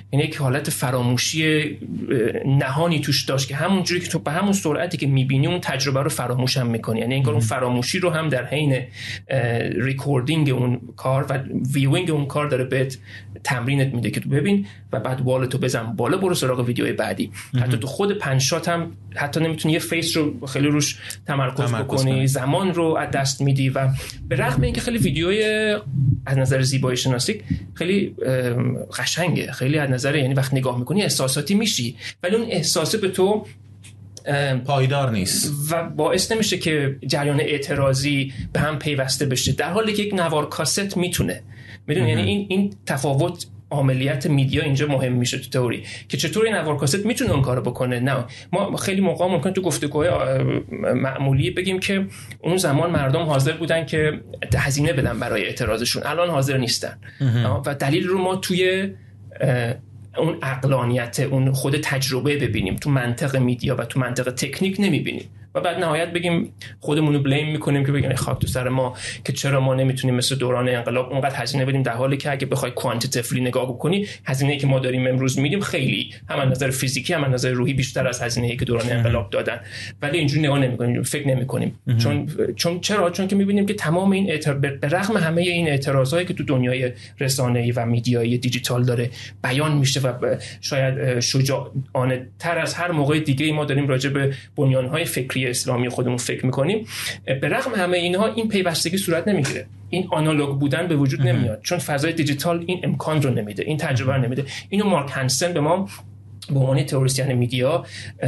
یعنی یک حالت فراموشی نهانی توش داشت که همونجوری که تو به همون سرعتی که میبینی اون تجربه رو فراموش هم میکنی، یعنی انگار اون فراموشی رو هم در حین ریکوردینگ اون کار و ویوینگ اون کار داره بهت تمرینت میده که تو ببین و بعد والتو بزن بالا، برو سراغ ویدیوی بعدی. حتی تو خود پنج شات هم حتی نمیتونی یه فیس رو خیلی روش تمرکز, تمرکز بکنی کنی. زمان رو از دست میدی و به رغم اینکه خیلی ویدیوی از نظر زیبایی شناسی خیلی قشنگه، خیلی از نظر یعنی وقت نگاه میکنی احساساتی میشی، ولی اون احساسه به تو پایدار نیست و باعث نمیشه که جریان اعتراضی به هم پیوسته بشه، در حالی که یک نوار کاست میتونه. میدونی یعنی این این تفاوت عملیات میدیا اینجا مهم میشه تو تئوری که چطور این نوار کاست میتونه اون کارو بکنه. نه ما خیلی موقع ممکن تو گفتگوهای معمولی بگیم که اون زمان مردم حاضر بودن که هزینه بدن برای اعتراضشون، الان حاضر نیستن و دلیل رو ما توی اون عقلانیت، اون خود تجربه ببینیم، تو منطق میدیا و تو منطق تکنیک نمیبینیم و بعد نهایت بگیم خودمون رو بلیم میکنیم که بگیم خاک تو سر ما که چرا ما نمیتونیم مثل دوران انقلاب اونقدر هزینه بدیم، در حالی که اگه بخوای کوانتیتیفلی نگاه بکنی هزینه‌ای که ما داریم امروز میدیم خیلی هم از نظر فیزیکی هم از نظر روحی بیشتر از هزینه‌ای که دوران انقلاب دادن، ولی اینجوری نگاه نمیکنیم، فکر نمیکنیم. چون چون چرا چون که میبینیم که تمام این اعتر... به رغم همه این اعتراضایی که تو دنیای رسانه‌ای و میدیایی دیجیتال داره بیان میشه و شاید شجاعانه تر از هر موقع دیگه ما داریم راجع به بنیان‌های فکری اسلامی خودمون فکر میکنیم، به رغم همه اینها این پیوستگی صورت نمیگیره، این آنالوگ بودن به وجود نمیاد، چون فضای دیجیتال این امکان رو نمیده، این تجربه رو نمیده. اینو مارک هنسن به ما به عنوان تئوریسین میدیا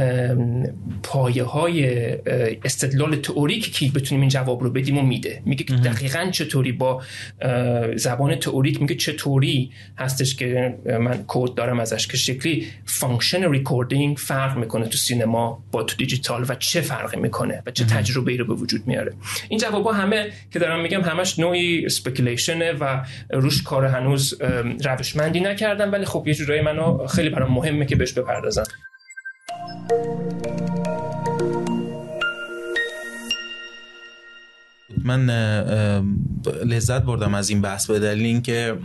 پایه های استدلال تئوریکی که بتونیم این جواب رو بدیم و میده. میگه که دقیقاً چطوری با زبان تئوریک، میگه چطوری هستش که من کد دارم ازش که شکلی فانکشن ریکوردینگ فرق میکنه تو سینما با تو دیجیتال و چه فرقی میکنه و چه تجربه‌ای رو به وجود میاره. این جوابا همه که دارم میگم همش نوعی اسپیکولیشنه و روش کار هنوز روشمندی نکردم، ولی خب یه جورایی منو خیلی برام مهمه که بهش بپردازم. من لذت بردم از این بحث به دلیل اینکه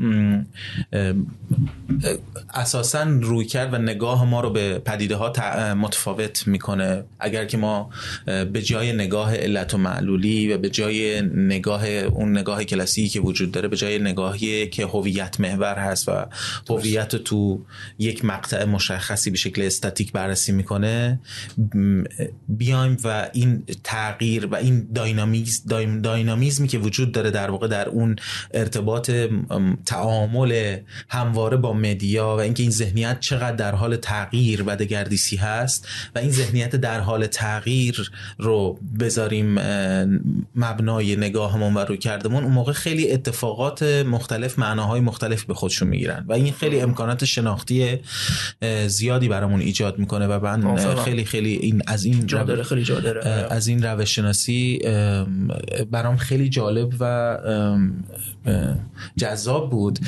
اساساً روی کرد و نگاه ما رو به پدیده ها متفاوت میکنه. اگر که ما به جای نگاه علت و معلولی و به جای نگاه اون نگاه کلاسیکی که وجود داره، به جای نگاهی که هویت محور هست و هویت تو یک مقطع مشخصی به شکل استاتیک بررسی میکنه، بیایم و این تغییر و این داینامیزم دایم داینامیزمی که وجود داره در واقع در اون ارتباط تعامل همواره با مدیا و اینکه این ذهنیت چقدر در حال تغییر و دگردیسی هست و این ذهنیت در حال تغییر رو بذاریم مبنای نگاهمون و روی کردمون، اون موقع خیلی اتفاقات مختلف معناهای مختلف به خودشون میگیرن و این خیلی امکانات شناختی زیادی برامون ایجاد میکنه و من خیلی خیلی این از این جا داره، خیلی جا داره. از این روش شناسی برام خیلی جالب و جذاب بود.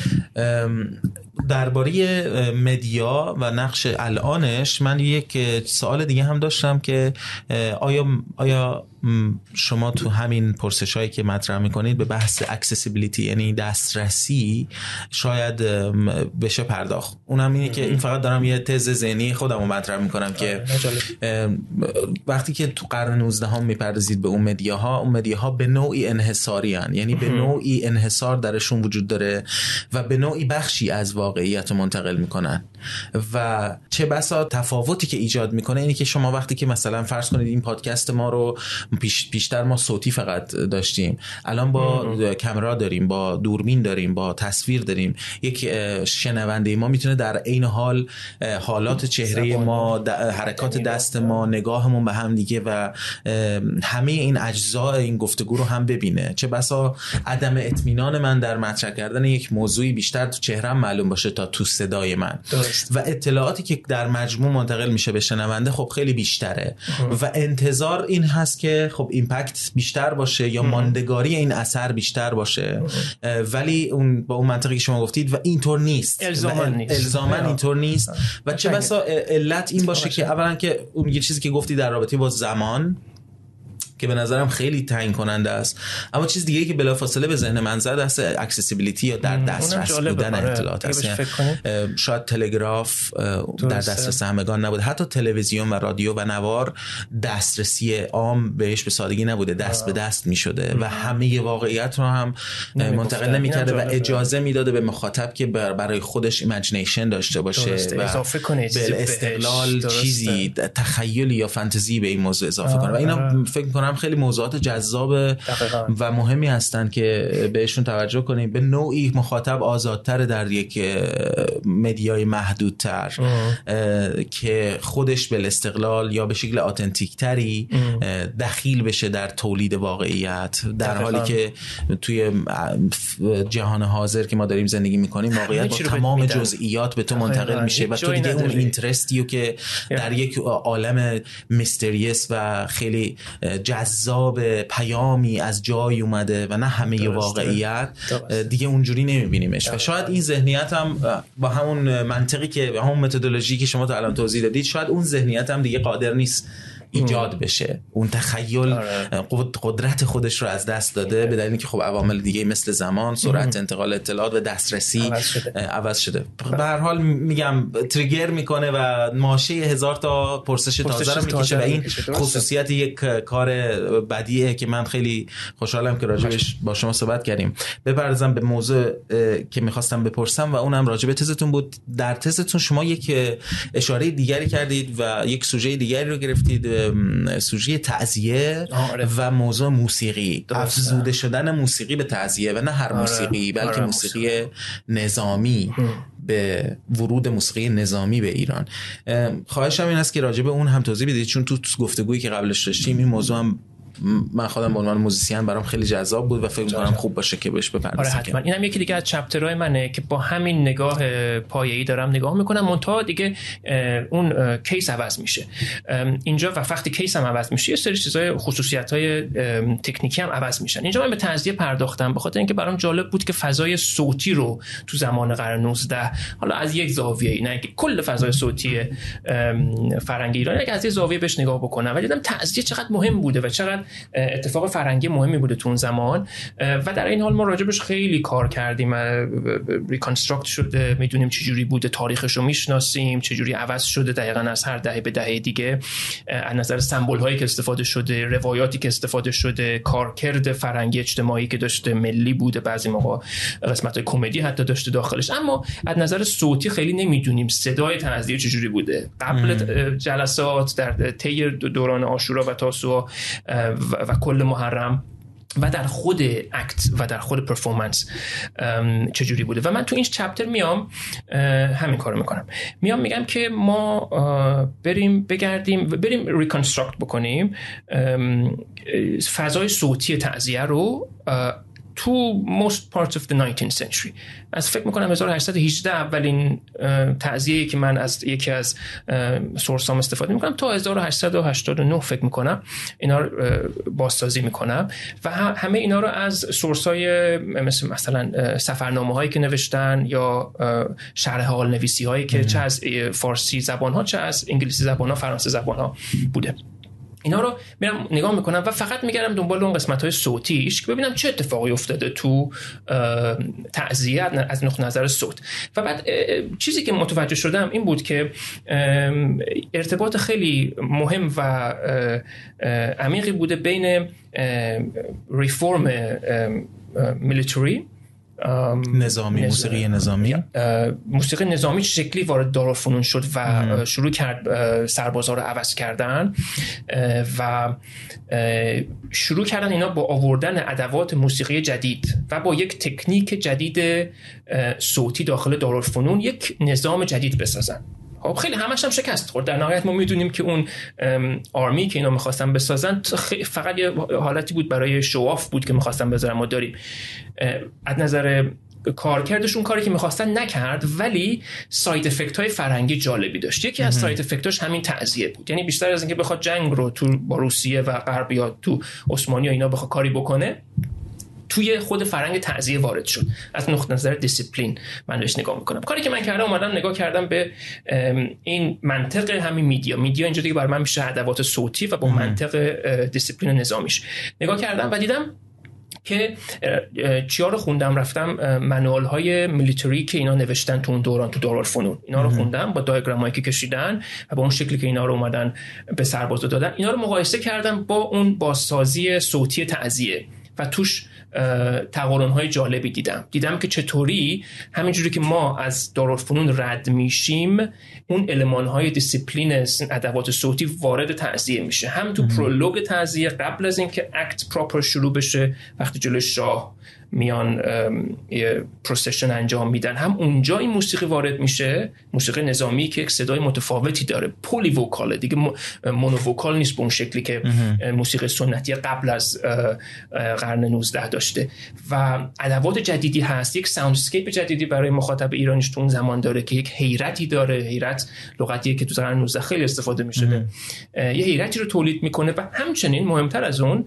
درباره مدیا و نقش الانش من یک سوال دیگه هم داشتم که آیا آیا شما تو همین پرسشایی که مطرح میکنید به بحث اکسسیبیلیتی یعنی دسترسی شاید بشه پرداخت؟ اونم اینه که این فقط دارم یه تز ذهنی خودم رو مطرح میکنم که وقتی که تو قرن نوزدهم میپردازید به اون مدیاها، اون مدیاها به نوعی انحصاری هن. یعنی به نوعی انحصار درشون وجود داره و به نوعی بخشی از واقعیت منتقل میکنن و چه بسا تفاوتی که ایجاد میکنه اینه که شما وقتی که مثلا فرض کنید این پادکست ما رو پیش پیشتر ما صوتی فقط داشتیم، الان با کامera داریم، با دوربین داریم، با تصویر داریم، یک شنونده ما میتونه در عین حال حالات چهره ما، حرکات دست ما، نگاهمون به هم دیگه و همه این اجزاء این گفتگو رو هم ببینه. چه بسا عدم اطمینان من در مطرح کردن یک موضوعی بیشتر تو چهره‌ام معلوم باشه تا تو صدای من درست. و اطلاعاتی که در مجموع منتقل میشه به شنونده خب خیلی بیشتره اه. و انتظار این هست که خب ایمپکت بیشتر باشه یا اه. ماندگاری این اثر بیشتر باشه، ولی اون با اون منطقی که شما گفتید و اینطور نیست، الزاما نیست، الزاما اینطور نیست و چه بسا علت این باشه که اولا که اون یه چیزی که گفتی در رابطه با زمان که به نظرم خیلی تعیین کننده است. اما چیز دیگه که بلافاصله به ذهن من زد است اکسسیبیلیتی یا در دسترس بودن اطلاعات است. شاید تلگراف در دسترس همگان نبود، حتی تلویزیون و رادیو و نوار دسترسی عام بهش به سادگی نبوده، دست به دست می شده و همه واقعیت رو هم منتقل نمی کرده و اجازه می داده به مخاطب که برای خودش ایمیجینیشن داشته باشه و اضافه کنه به استقلال چیزی تخیلی یا فانتزی به این موضوع اضافه کنه و اینا فکر می کنم خیلی موضوعات جذاب و مهمی هستن که بهشون توجه کنیم. به نوعی مخاطب آزادتر در یک مدیای محدودتر که خودش به استقلال یا به شکل آتنتیک تری دخیل بشه در تولید واقعیت، در حالی که توی جهان حاضر که ما داریم زندگی میکنیم واقعیت با تمام جزئیات به تو منتقل میشه و تو دیگه اون اینترستیو که در یک عالم میستریس و خیلی جذاب پیامی از جای اومده و نه همه واقعیت دیگه اونجوری نمیبینیمش و شاید این ذهنیت هم با همون منطقی که با همون متدولوژی که شما تا الان توضیح دادید شاید اون ذهنیت هم دیگه قادر نیست ایجاد بشه، اون تخیل قدرت خودش رو از دست داده به دلیلی که خب عوامل دیگه مثل زمان، سرعت انتقال اطلاعات و دسترسی عوض شده, عوض شده. به هر حال میگم تریگر میکنه و ماشه هزار تا پرسش تازه رو میکشه و این خصوصیت یک کار بدیه که من خیلی خوشحالم که راجبش با شما صحبت کردیم. بپردازم به موضوع که میخواستم بپرسم و اونم راجب تزتون بود. در تزتون شما یک اشاره دیگری کردید و یک سوژه دیگری رو گرفتید، سوژه تعزیه و موضوع موسیقی، افزوده شدن موسیقی به تعزیه و نه هر موسیقی بلکه آره. موسیقی نظامی ام. به ورود موسیقی نظامی به ایران. خواهشم این است که راجع به اون هم توضیح بدید، چون تو گفتگویی که قبلش داشتیم این موضوع هم من خودم به عنوان موزیسین برام خیلی جذاب بود و فکر می‌کنم خوب باشه که بهش بپردازیم. آره حتما. اینم یکی دیگه از چپترهای منه که با همین نگاه پایه‌ای دارم نگاه میکنم، منتها دیگه اون کیس عوض میشه اینجا و وقتی کیس هم عوض میشه یه سری چیزای خصوصیت‌های تکنیکی هم عوض میشن. اینجا من به تعزیه پرداختم به خاطر اینکه برام جالب بود که فضای صوتی رو تو زمان قرن نوزده حالا از یک زاویه، نه که کل فضای صوتی فرهنگ ایران، که از یه زاویه بهش نگاه بکنم و دیدم تعزیه چقدر مهم بوده و چقدر اتفاق فرهنگی مهمی بوده تو اون زمان و در این حال ما راجبش خیلی کار کردیم، ریکانستراکت شده، میدونیم چجوری بوده، تاریخش رو میشناسیم، چجوری عوض شده دقیقاً از هر دهه به دهه دیگه، از نظر سمبل هایی که استفاده شده، روایاتی که استفاده شده، کارکرد فرهنگی اجتماعی که داشته، ملی بوده، بعضی موقع قسمت کمدی حتی داشته داخلش. اما از نظر صوتی خیلی نمیدونیم صدای تعزیه چجوری بوده قبل ام. جلسات، در طی دوران عاشورا و تاسوعا و, و کل محرم و در خود اکت و در خود پرفورمنس چجوری بوده. و من تو این چپتر میام همین کارو میکنم، میام میگم که ما بریم بگردیم و بریم ریکانستراکت بکنیم فضای صوتی تعزیه رو تو most parts of the nineteenth century. از فکر میکنم هزار و هشتصد و هجده اولین تعزیه‌ای که من از یکی از سورسام استفاده میکنم تا هزار و هشتصد و هشتاد و نه فکر میکنم اینا رو بازسازی میکنم و همه اینا رو از سورسای مثل مثلا سفرنامه هایی که نوشتن یا شرح حال نویسی هایی که چه از فارسی زبان ها چه از انگلیسی زبان ها، فرانسه زبان ها بوده، اینا رو میرم نگاه میکنم و فقط میگردم دنبال اون قسمت‌های صوتیش که ببینم چه اتفاقی افتاده تو تعزیه از نقطه نظر صوت. و بعد چیزی که متوجه شدم این بود که ارتباط خیلی مهم و عمیقی بوده بین ریفورم میلیتری نظامی، موسیقی نظامی موسیقی نظامی چه شکلی وارد دارالفنون شد و ام. شروع کرد سربازا رو عوض کردن و شروع کردن اینا با آوردن ادوات موسیقی جدید و با یک تکنیک جدید صوتی داخل دارالفنون یک نظام جدید بسازن. خب خیلی همش هم شکست خورد. در نهایت ما میدونیم که اون آرمی که اینا میخواستن بسازن فقط یه حالتی بود برای شواف بود که میخواستن بذارن. ما داریم از نظر کارکردشون کاری که میخواستن نکرد، ولی ساید افکت های فرهنگی جالبی داشت. یکی از ساید افکتاش همین تعزیه بود. یعنی بیشتر از اینکه بخواد جنگ رو تو با روسیه و غرب یا تو عثمانی و اینا بخواد کاری بکنه، توی خود فرهنگ تعزیه وارد شد. از نقطه نظر دیسیپلین من بهش نگاه میکنم. کاری که من کردم اومدم نگاه کردم به این منطق همین میدیا. میدیا اینجا دیگه برای من میشه ادوات صوتی و با منطق دیسیپلین نظامیش نگاه کردم و دیدم که چیا رو خوندم. رفتم منوال های میلیتری که اینا نوشتن تو اون دوران تو دارالفنون، اینا رو خوندم با دیاگرامایی که کشیدن و با اون شکلی که اینا رو اومدن به سربازا دادن، اینا رو مقایسه کردم با اون بازسازی صوتی تعزیه و توش تقارن‌های جالبی دیدم. دیدم که چطوری همینجوری که ما از دارالفنون رد میشیم، اون المان‌های دیسیپلین ادوات صوتی وارد تعزیه میشه. هم تو پرولوگ تعزیه قبل از اینکه اکت پراپر شروع بشه، وقتی جلوی شاه میان یه پروسشن انجام میدن، هم اونجا این موسیقی وارد میشه، موسیقی نظامی که یک صدای متفاوتی داره، پولی وکاله دیگه، مونو وکال نیست به اون شکلی که موسیقی سنتی قبل از قرن نوزده داشته. و ادوات جدیدی هست، یک ساوند اسکیپ جدیدی برای مخاطب ایرانیش تو اون زمان داره که یک حیرتی داره. حیرت لغتیه که تو قرن نوزده خیلی استفاده میشده. یه حیرتی رو تولید میکنه و همچنین مهمتر از اون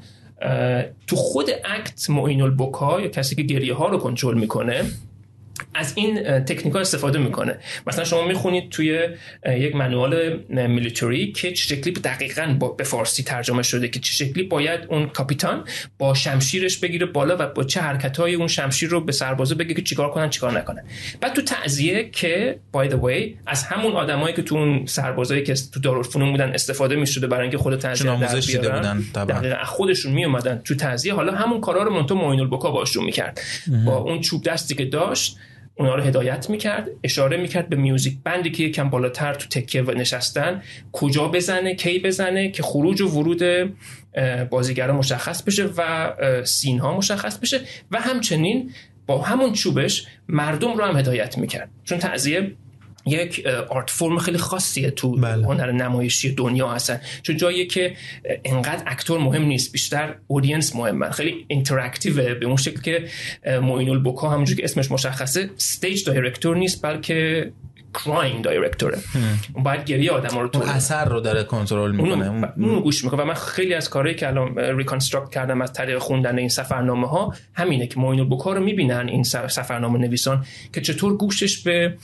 تو خود اکت معین البکا یا کسی که گریه ها رو کنترل میکنه از این تکنیک‌ها استفاده میکنه. مثلا شما میخونید توی یک منوال میلیتری که چه شکلی دقیقاً به فارسی ترجمه شده که چه شکلی باید اون کاپیتان با شمشیرش بگیره بالا و با چه حرکت‌های اون شمشیر رو به سربازا بگه که چیکار کنن چیکار نکنن. بعد تو تعزیه که by the way از همون آدمایی که تو اون سربازایی که تو دارالفنون بودن استفاده میشده برای اینکه خود تعزیه در بیارن، دقیقاً خودشون میومدن تو تعزیه، حالا همون کارا رو منتو معین البکا باشون میکرد. با اون چوب دستی که داشت اونا رو هدایت میکرد، اشاره میکرد به میوزیک بندی که یکم بالاتر تو تکیه نشستن کجا بزنه، کی بزنه که خروج و ورود بازیگرا مشخص بشه و سین ها مشخص بشه و همچنین با همون چوبش مردم رو هم هدایت میکرد. چون تعزیه یک آرت فرم خیلی خاصیه تو بله. هنر نمایشی دنیا هستن، چون جاییه که انقدر اکتور مهم نیست، بیشتر اودینس مهمه، خیلی اینتراکتیوه به اون شکل که معین البکا همونجوری که اسمش مشخصه استیج دایرکتور نیست بلکه کراینگ دایرکتوره. اون باید گریه آدم‌ها رو تولید، اثر رو داره کنترل میکنه، اون اون گوش میکنه. و من خیلی از کارهایی که الان ریکانستراکت کردم از طریق خوندن این سفرنامه ها همینه که معین البکا رو میبینن این سفرنامه نویسان که چطور گوشش به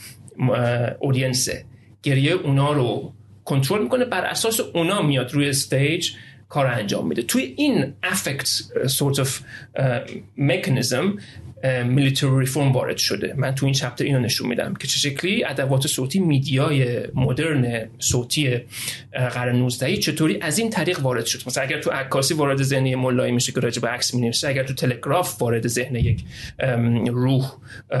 اودینسه، گریه اونا رو کنترل میکنه، بر اساس اونا میاد روی استیج کار انجام میده. توی این افکت sort of mechanism میلیتری ریفورم وارد شده. من تو این چپتر اینو نشون میدم که چه شکلی ادوات صوتی میدیای مدرن صوتی قرن نوزدهی چطوری از این طریق وارد شد. مثلا اگر تو عکاسی وارد ذهن یه ملایی میشه که راجع به عکس مینویسه، اگر تو تلگراف وارد ذهن یک روح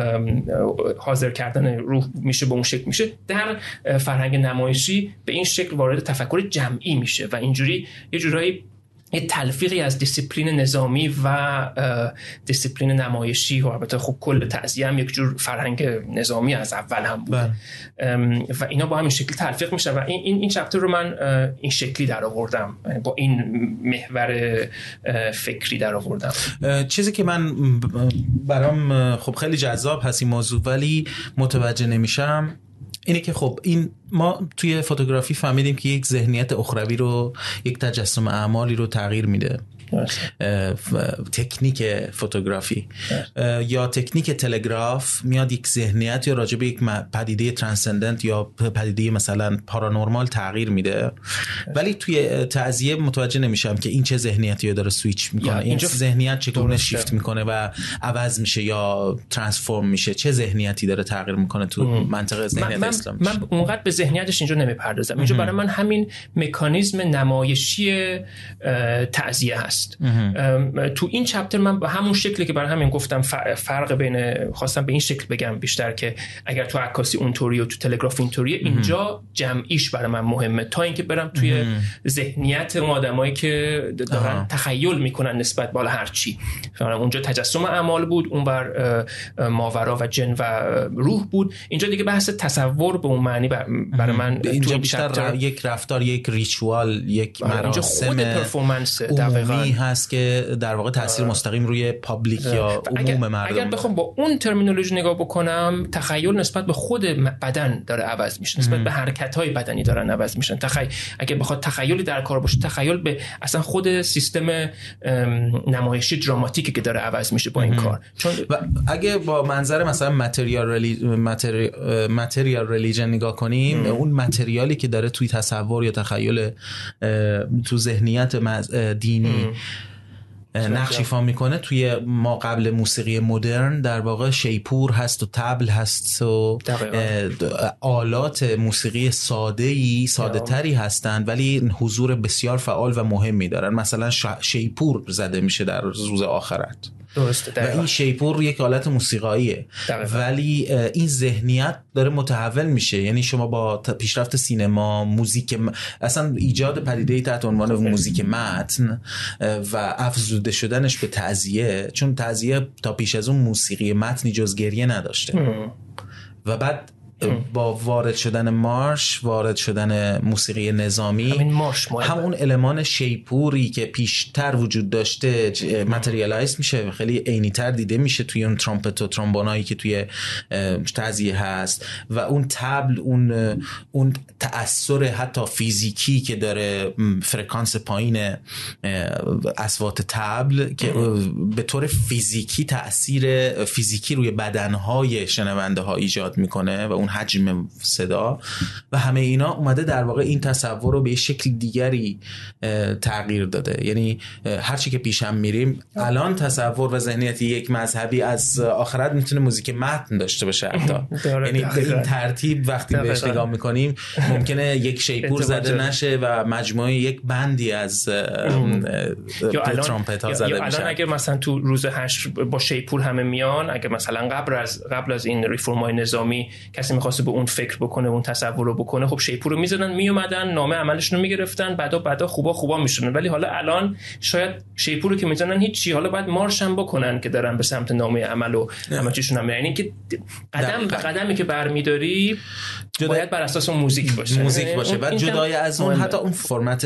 حاضر کردن روح میشه به اون شکل میشه، در فرهنگ نمایشی به این شکل وارد تفکر جمعی میشه و اینجوری یه جورایی یه تلفیقی از دیسیپلین نظامی و دیسیپلین نمایشی و البته خب کل تعزیه هم یک جور فرهنگ نظامی از اول هم بوده و اینا با همین شکلی تلفیق میشن و این این این چپتر رو من این شکلی در آوردم، با این محور فکری در آوردم. چیزی که من برام خب خیلی جذاب هست این موضوع ولی متوجه نمیشم اینه که خب این ما توی فوتوگرافی فهمیدیم که یک ذهنیت اخروی رو، یک تجسم اعمالی رو تغییر میده. تکنیک فوتوگرافی یا تکنیک تلگراف میاد یک ذهنیت یا راجع به یک پدیده ترانسندنت یا پدیده مثلا پارانورمال تغییر میده، ولی توی تعزیه متوجه نمیشم که این چه ذهنیتی رو داره سویچ میکنه، این ذهنیت چگونه شیفت میکنه و عوض میشه یا ترانسفورم میشه، چه ذهنیتی داره تغییر میکنه تو منطقه ذهنیت اسلامی. من, من اونقدر به ذهنیتش اینجا نمیپردازم، اینجا برای من همین مکانیزم نمایشی تعزیه هست. تو این چپتر من به همون شکلی که برای همین گفتم فرق بین، خواستم به این شکل بگم بیشتر که اگر تو عکاسی اونطوری و تو تلگراف اینطوریه، اینجا جمعیش برای من مهمه تا اینکه برم توی ذهنیت اون آدمایی که دارن آه. تخیل میکنن نسبت بالا هر چی. اونجا تجسم اعمال بود، اون بر ماورا و جن و روح بود، اینجا دیگه بحث تصور به اون معنی برای من اینجا بیشتر یک رفتار، یک ریچوال، یک مراسم، اینجا خود پرفورمنس دقیقاً علمی هست که در واقع تاثیر مستقیم روی پابلیک یا عموم مردم. اگر بخوام با اون ترمینولوژی نگاه بکنم، تخیل نسبت به خود بدن داره عوض میشه، نسبت به حرکت‌های بدنی دارن عوض میشن. تخیل اگه بخواد تخیلی در کار باشه، تخیل به اصلا خود سیستم نمایشی دراماتیکی که داره عوض میشه با این کار. چون و اگه با منظر مثلا متریال ریلی... متری... متریال ریلیجن نگاه کنیم، ام. اون متریالی که داره توی تصور یا تخیل تو ذهنیت دینی نقش ایفا میکنه، توی ما قبل موسیقی مدرن در واقع شیپور هست و طبل هست و آلات موسیقی ساده‌ای ساده تری هستند ولی حضور بسیار فعال و مهمی دارن. مثلا شیپور زده میشه در روز آخرت، درسته، و این شیپور یک آلت موسیقاییه، ولی این ذهنیت داره متحول میشه. یعنی شما با پیشرفت سینما، موزیک م... اصلا ایجاد پدیده‌ای تحت عنوان موزیک متن و افزوده شدنش به تعزیه، چون تعزیه تا پیش از اون موسیقی متنی جز گریه نداشته ام. و بعد با وارد شدن مارش، وارد شدن موسیقی نظامی، همین مارش همون المان شیپوری که پیشتر وجود داشته متریالایز میشه، خیلی عینی‌تر دیده میشه توی اون ترامپت و ترومبونایی که توی تعزیه هست، و اون طبل، اون اون تأثیر حتی فیزیکی که داره، فرکانس پایین اصوات طبل که به طور فیزیکی تأثیر فیزیکی روی بدنهای شنونده ها ایجاد میکنه و اون حجم صدا و همه اینا اومده در واقع این تصور رو به شکل دیگری تغییر داده. یعنی هر چی که پیشم میریم الان تصور و ذهنیت یک مذهبی از آخرت میتونه موزیک متن داشته باشه حتی. یعنی به این ترتیب وقتی بهش نگاه میکنیم ممکنه یک شیپور زده نشه و مجموعه یک بندی از ترامپت ها زده بشه. الان اگر مثلا تو روز هشت با شیپور همه میان، اگر مثلا قبل از قبل از این ریفرم‌های نظامی کسی می‌خواسته به اون فکر بکنه، اون تصور رو بکنه، خب شیپور رو می‌زدن، میومدن نامه عملشون رو می‌گرفتن، بعدا بعدا خوبا خوبا میشدن. ولی حالا الان شاید شیپور رو که می‌زنن هیچی، حالا باید مارش هم بکنن که دارن به سمت نامه عمل و همه چیشون هم، یعنی که قدم به قدمی که برمی‌داری باید بر اساس اون موزیک باشه، موزیک باشه. بعد جدای از اون حتی اون فرمت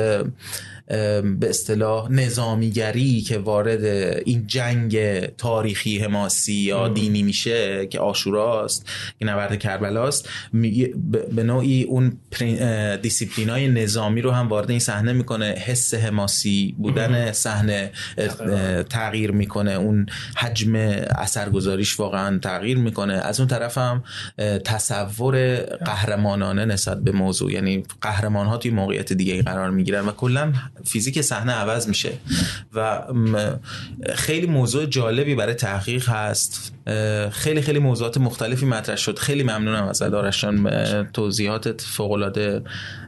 به اصطلاح نظامیگری که وارد این جنگ تاریخی حماسی یا دینی میشه که عاشوراست، که نبرد کربلاست، به نوعی اون دیسیپلینای نظامی رو هم وارد این صحنه میکنه، حس حماسی بودن صحنه تغییر میکنه، اون حجم اثرگذاریش واقعا تغییر میکنه. از اون طرف هم تصور قهرمانانه نسبت به موضوع، یعنی قهرمان ها توی موقعیت دیگه قرار میگیرن و کلا فیزیک صحنه عوض میشه و خیلی موضوع جالبی برای تحقیق هست. خیلی خیلی موضوعات مختلفی مطرح شد. خیلی ممنونم از آرش جان، توضیحاتت فوق العاده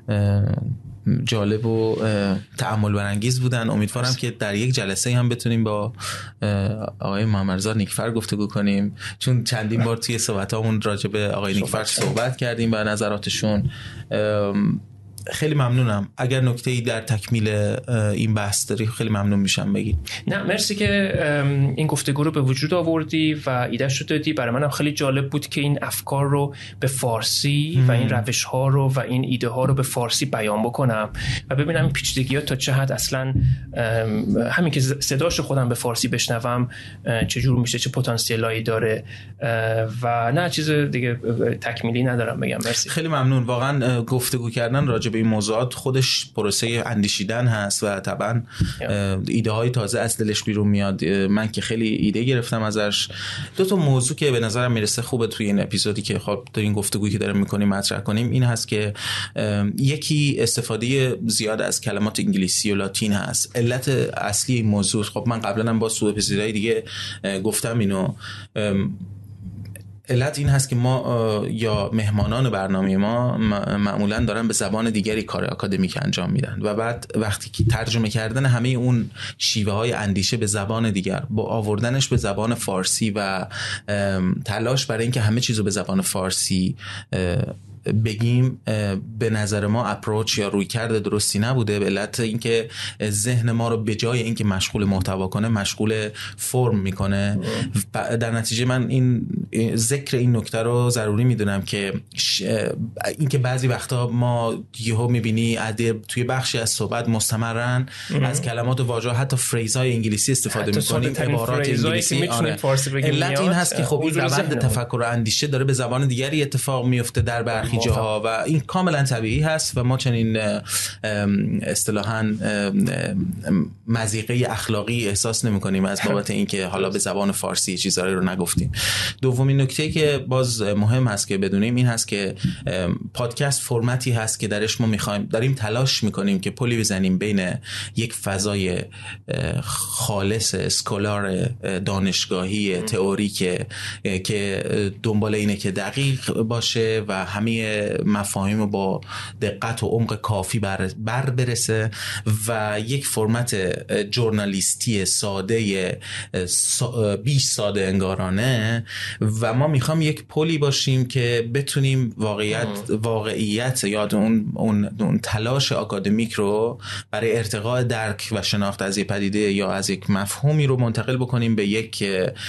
جالب و تأمل برانگیز بودن. امیدوارم که در یک جلسه هم بتونیم با آقای محمدرضا نیکفر گفتگو کنیم، چون چندین بار توی صحبتامون راجع به آقای نیکفر صحبت کردیم و نظراتشون. خیلی ممنونم. اگر نکته‌ای در تکمیل این بحث داری خیلی ممنون میشم بگید. نه مرسی که این گفتگو رو به وجود آوردی و ایده‌اش رو دادی. برای منم خیلی جالب بود که این افکار رو به فارسی ام. و این روش‌ها رو و این ایده ها رو به فارسی بیان بکنم و ببینم این پیچیدگی‌ها تا چه حد اصلا همین که صداش خودم به فارسی بشنوم چجور میشه، چه پتانسیلایی داره و نه چیز دیگه تکمیلی ندارم بگم. مرسی. خیلی ممنون. واقعا گفتگو کردن راجع به این موضوعات خودش پروسه اندیشیدن هست و طبعا ایده های تازه از دلش بیرون میاد. من که خیلی ایده گرفتم ازش. دو تا موضوع که به نظرم میرسه خوبه توی این اپیزودی که خب در این گفتگویی که داریم میکنیم مطرح کنیم این هست که یکی استفاده زیاد از کلمات انگلیسی و لاتین هست. علت اصلی این موضوع، خب من قبلا هم با سو اپیزودهای دیگه گفتم اینو، علت این هست که ما یا مهمانان برنامه ما معمولا دارن به زبان دیگری کار آکادمیک انجام میدن و بعد وقتی که ترجمه کردن همه اون شیوه های اندیشه به زبان دیگر با آوردنش به زبان فارسی و تلاش برای اینکه همه چیزو به زبان فارسی بگیم به نظر ما اپروچ یا روی کرده درستی نبوده، به علت اینکه ذهن ما رو به جای اینکه مشغول محتوا کنه مشغول فرم میکنه. در نتیجه من این ذکر این نکته رو ضروری میدونم که اینکه بعضی وقتا ما یهو میبینی ادب توی بخشی از صحبت مستمرن از کلمات و واژه حتی فریزهای انگلیسی استفاده میکنیم، عبارات انگلیسی. آره. علت این هست که خب این روند تفکر و اندیشه داره به زبان دیگری اتفاق میفته در برخی جاها و این کاملا طبیعی هست و ما چنین اصطلاحاً مضیقه اخلاقی احساس نمی‌کنیم از بابت اینکه حالا به زبان فارسی چیزایی رو نگفتیم. دومین نکته که باز مهم هست که بدونیم این هست که پادکست فرمتی هست که درش ما می‌خوایم داریم تلاش می‌کنیم که پلی بزنیم بین یک فضای خالص اسکولار دانشگاهی تئوریک که دنبال اینه که دقیق باشه و همه مفاهیم رو با دقت و عمق کافی بر, بر برسه و یک فرمت ژورنالیستی ساده بیش ساده انگارانه و ما میخوام یک پلی باشیم که بتونیم واقعیت واقعیت یا اون, اون, اون تلاش آکادمیک رو برای ارتقاء درک و شناخت از یک پدیده یا از یک مفهومی رو منتقل بکنیم به یک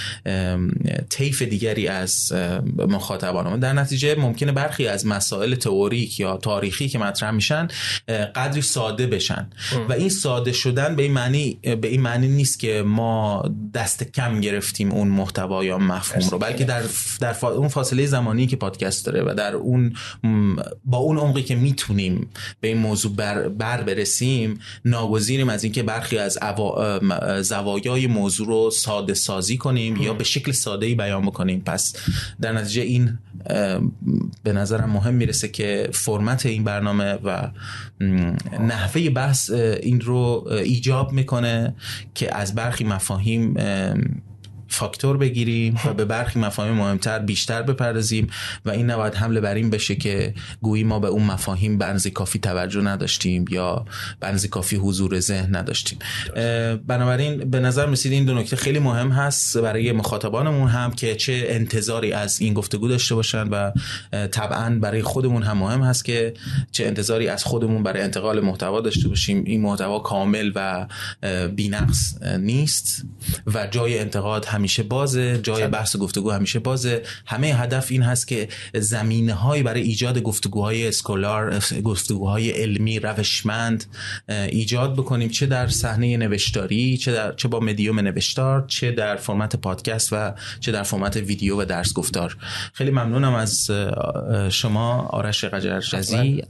طیف دیگری از مخاطبان. در نتیجه ممکنه برخی از مسائل تئوریک یا تاریخی که مطرح میشن قدری ساده بشن ام. و این ساده شدن به این معنی به این معنی نیست که ما دست کم گرفتیم اون محتوا یا مفهوم رو، بلکه در در فا... اون فاصله زمانی که پادکست داره و در اون با اون عمقی که میتونیم به این موضوع بر, بر برسیم ناگزیریم از اینکه برخی از اوا... زوایای موضوع رو ساده سازی کنیم ام. یا به شکل ساده‌ای بیان بکنیم. پس در نتیجه این به نظرم مهم میرسه که فرمت این برنامه و نحوه بحث این رو ایجاب میکنه که از برخی مفاهیم فاکتور بگیریم و به برخی مفاهیم مهمتر بیشتر بپردازیم و این نباید حمله بر این بشه که گویی ما به اون مفاهیم به اندازه کافی توجه نداشتیم یا به اندازه کافی حضور ذهن نداشتیم. بنابراین به نظر میسید این دو نکته خیلی مهم هست برای مخاطبانمون هم که چه انتظاری از این گفتگو داشته باشن و طبعا برای خودمون هم مهم هست که چه انتظاری از خودمون برای انتقال محتوا داشته باشیم. این محتوا کامل و بی‌نقص نیست و جای انتقاد همیشه بازه، جای بحث و گفتگو همیشه بازه. همه هدف این هست که زمینه‌هایی برای ایجاد گفتگوهای اسکولار، گفتگوهای علمی روشمند ایجاد بکنیم، چه در صحنه نوشتاری، چه در چه با مدیوم نوشتار، چه در فرمت پادکست و چه در فرمت ویدیو و درس گفتار. خیلی ممنونم از شما آرش قجرجزی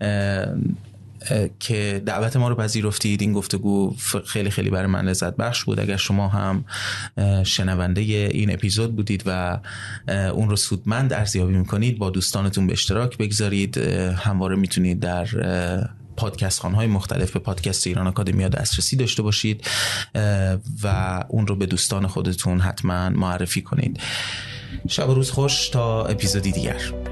که دعوت ما رو پذیرفتید. این گفتگو خیلی خیلی برای من لذت بخش بود. اگر شما هم شنونده این اپیزود بودید و اون رو سودمند ارزیابی میکنید با دوستانتون به اشتراک بگذارید. همواره میتونید در پادکست خانهای مختلف به پادکست ایران آکادمیا دسترسی داشته باشید و اون رو به دوستان خودتون حتما معرفی کنید. شب و روز خوش تا اپیزودی دیگر.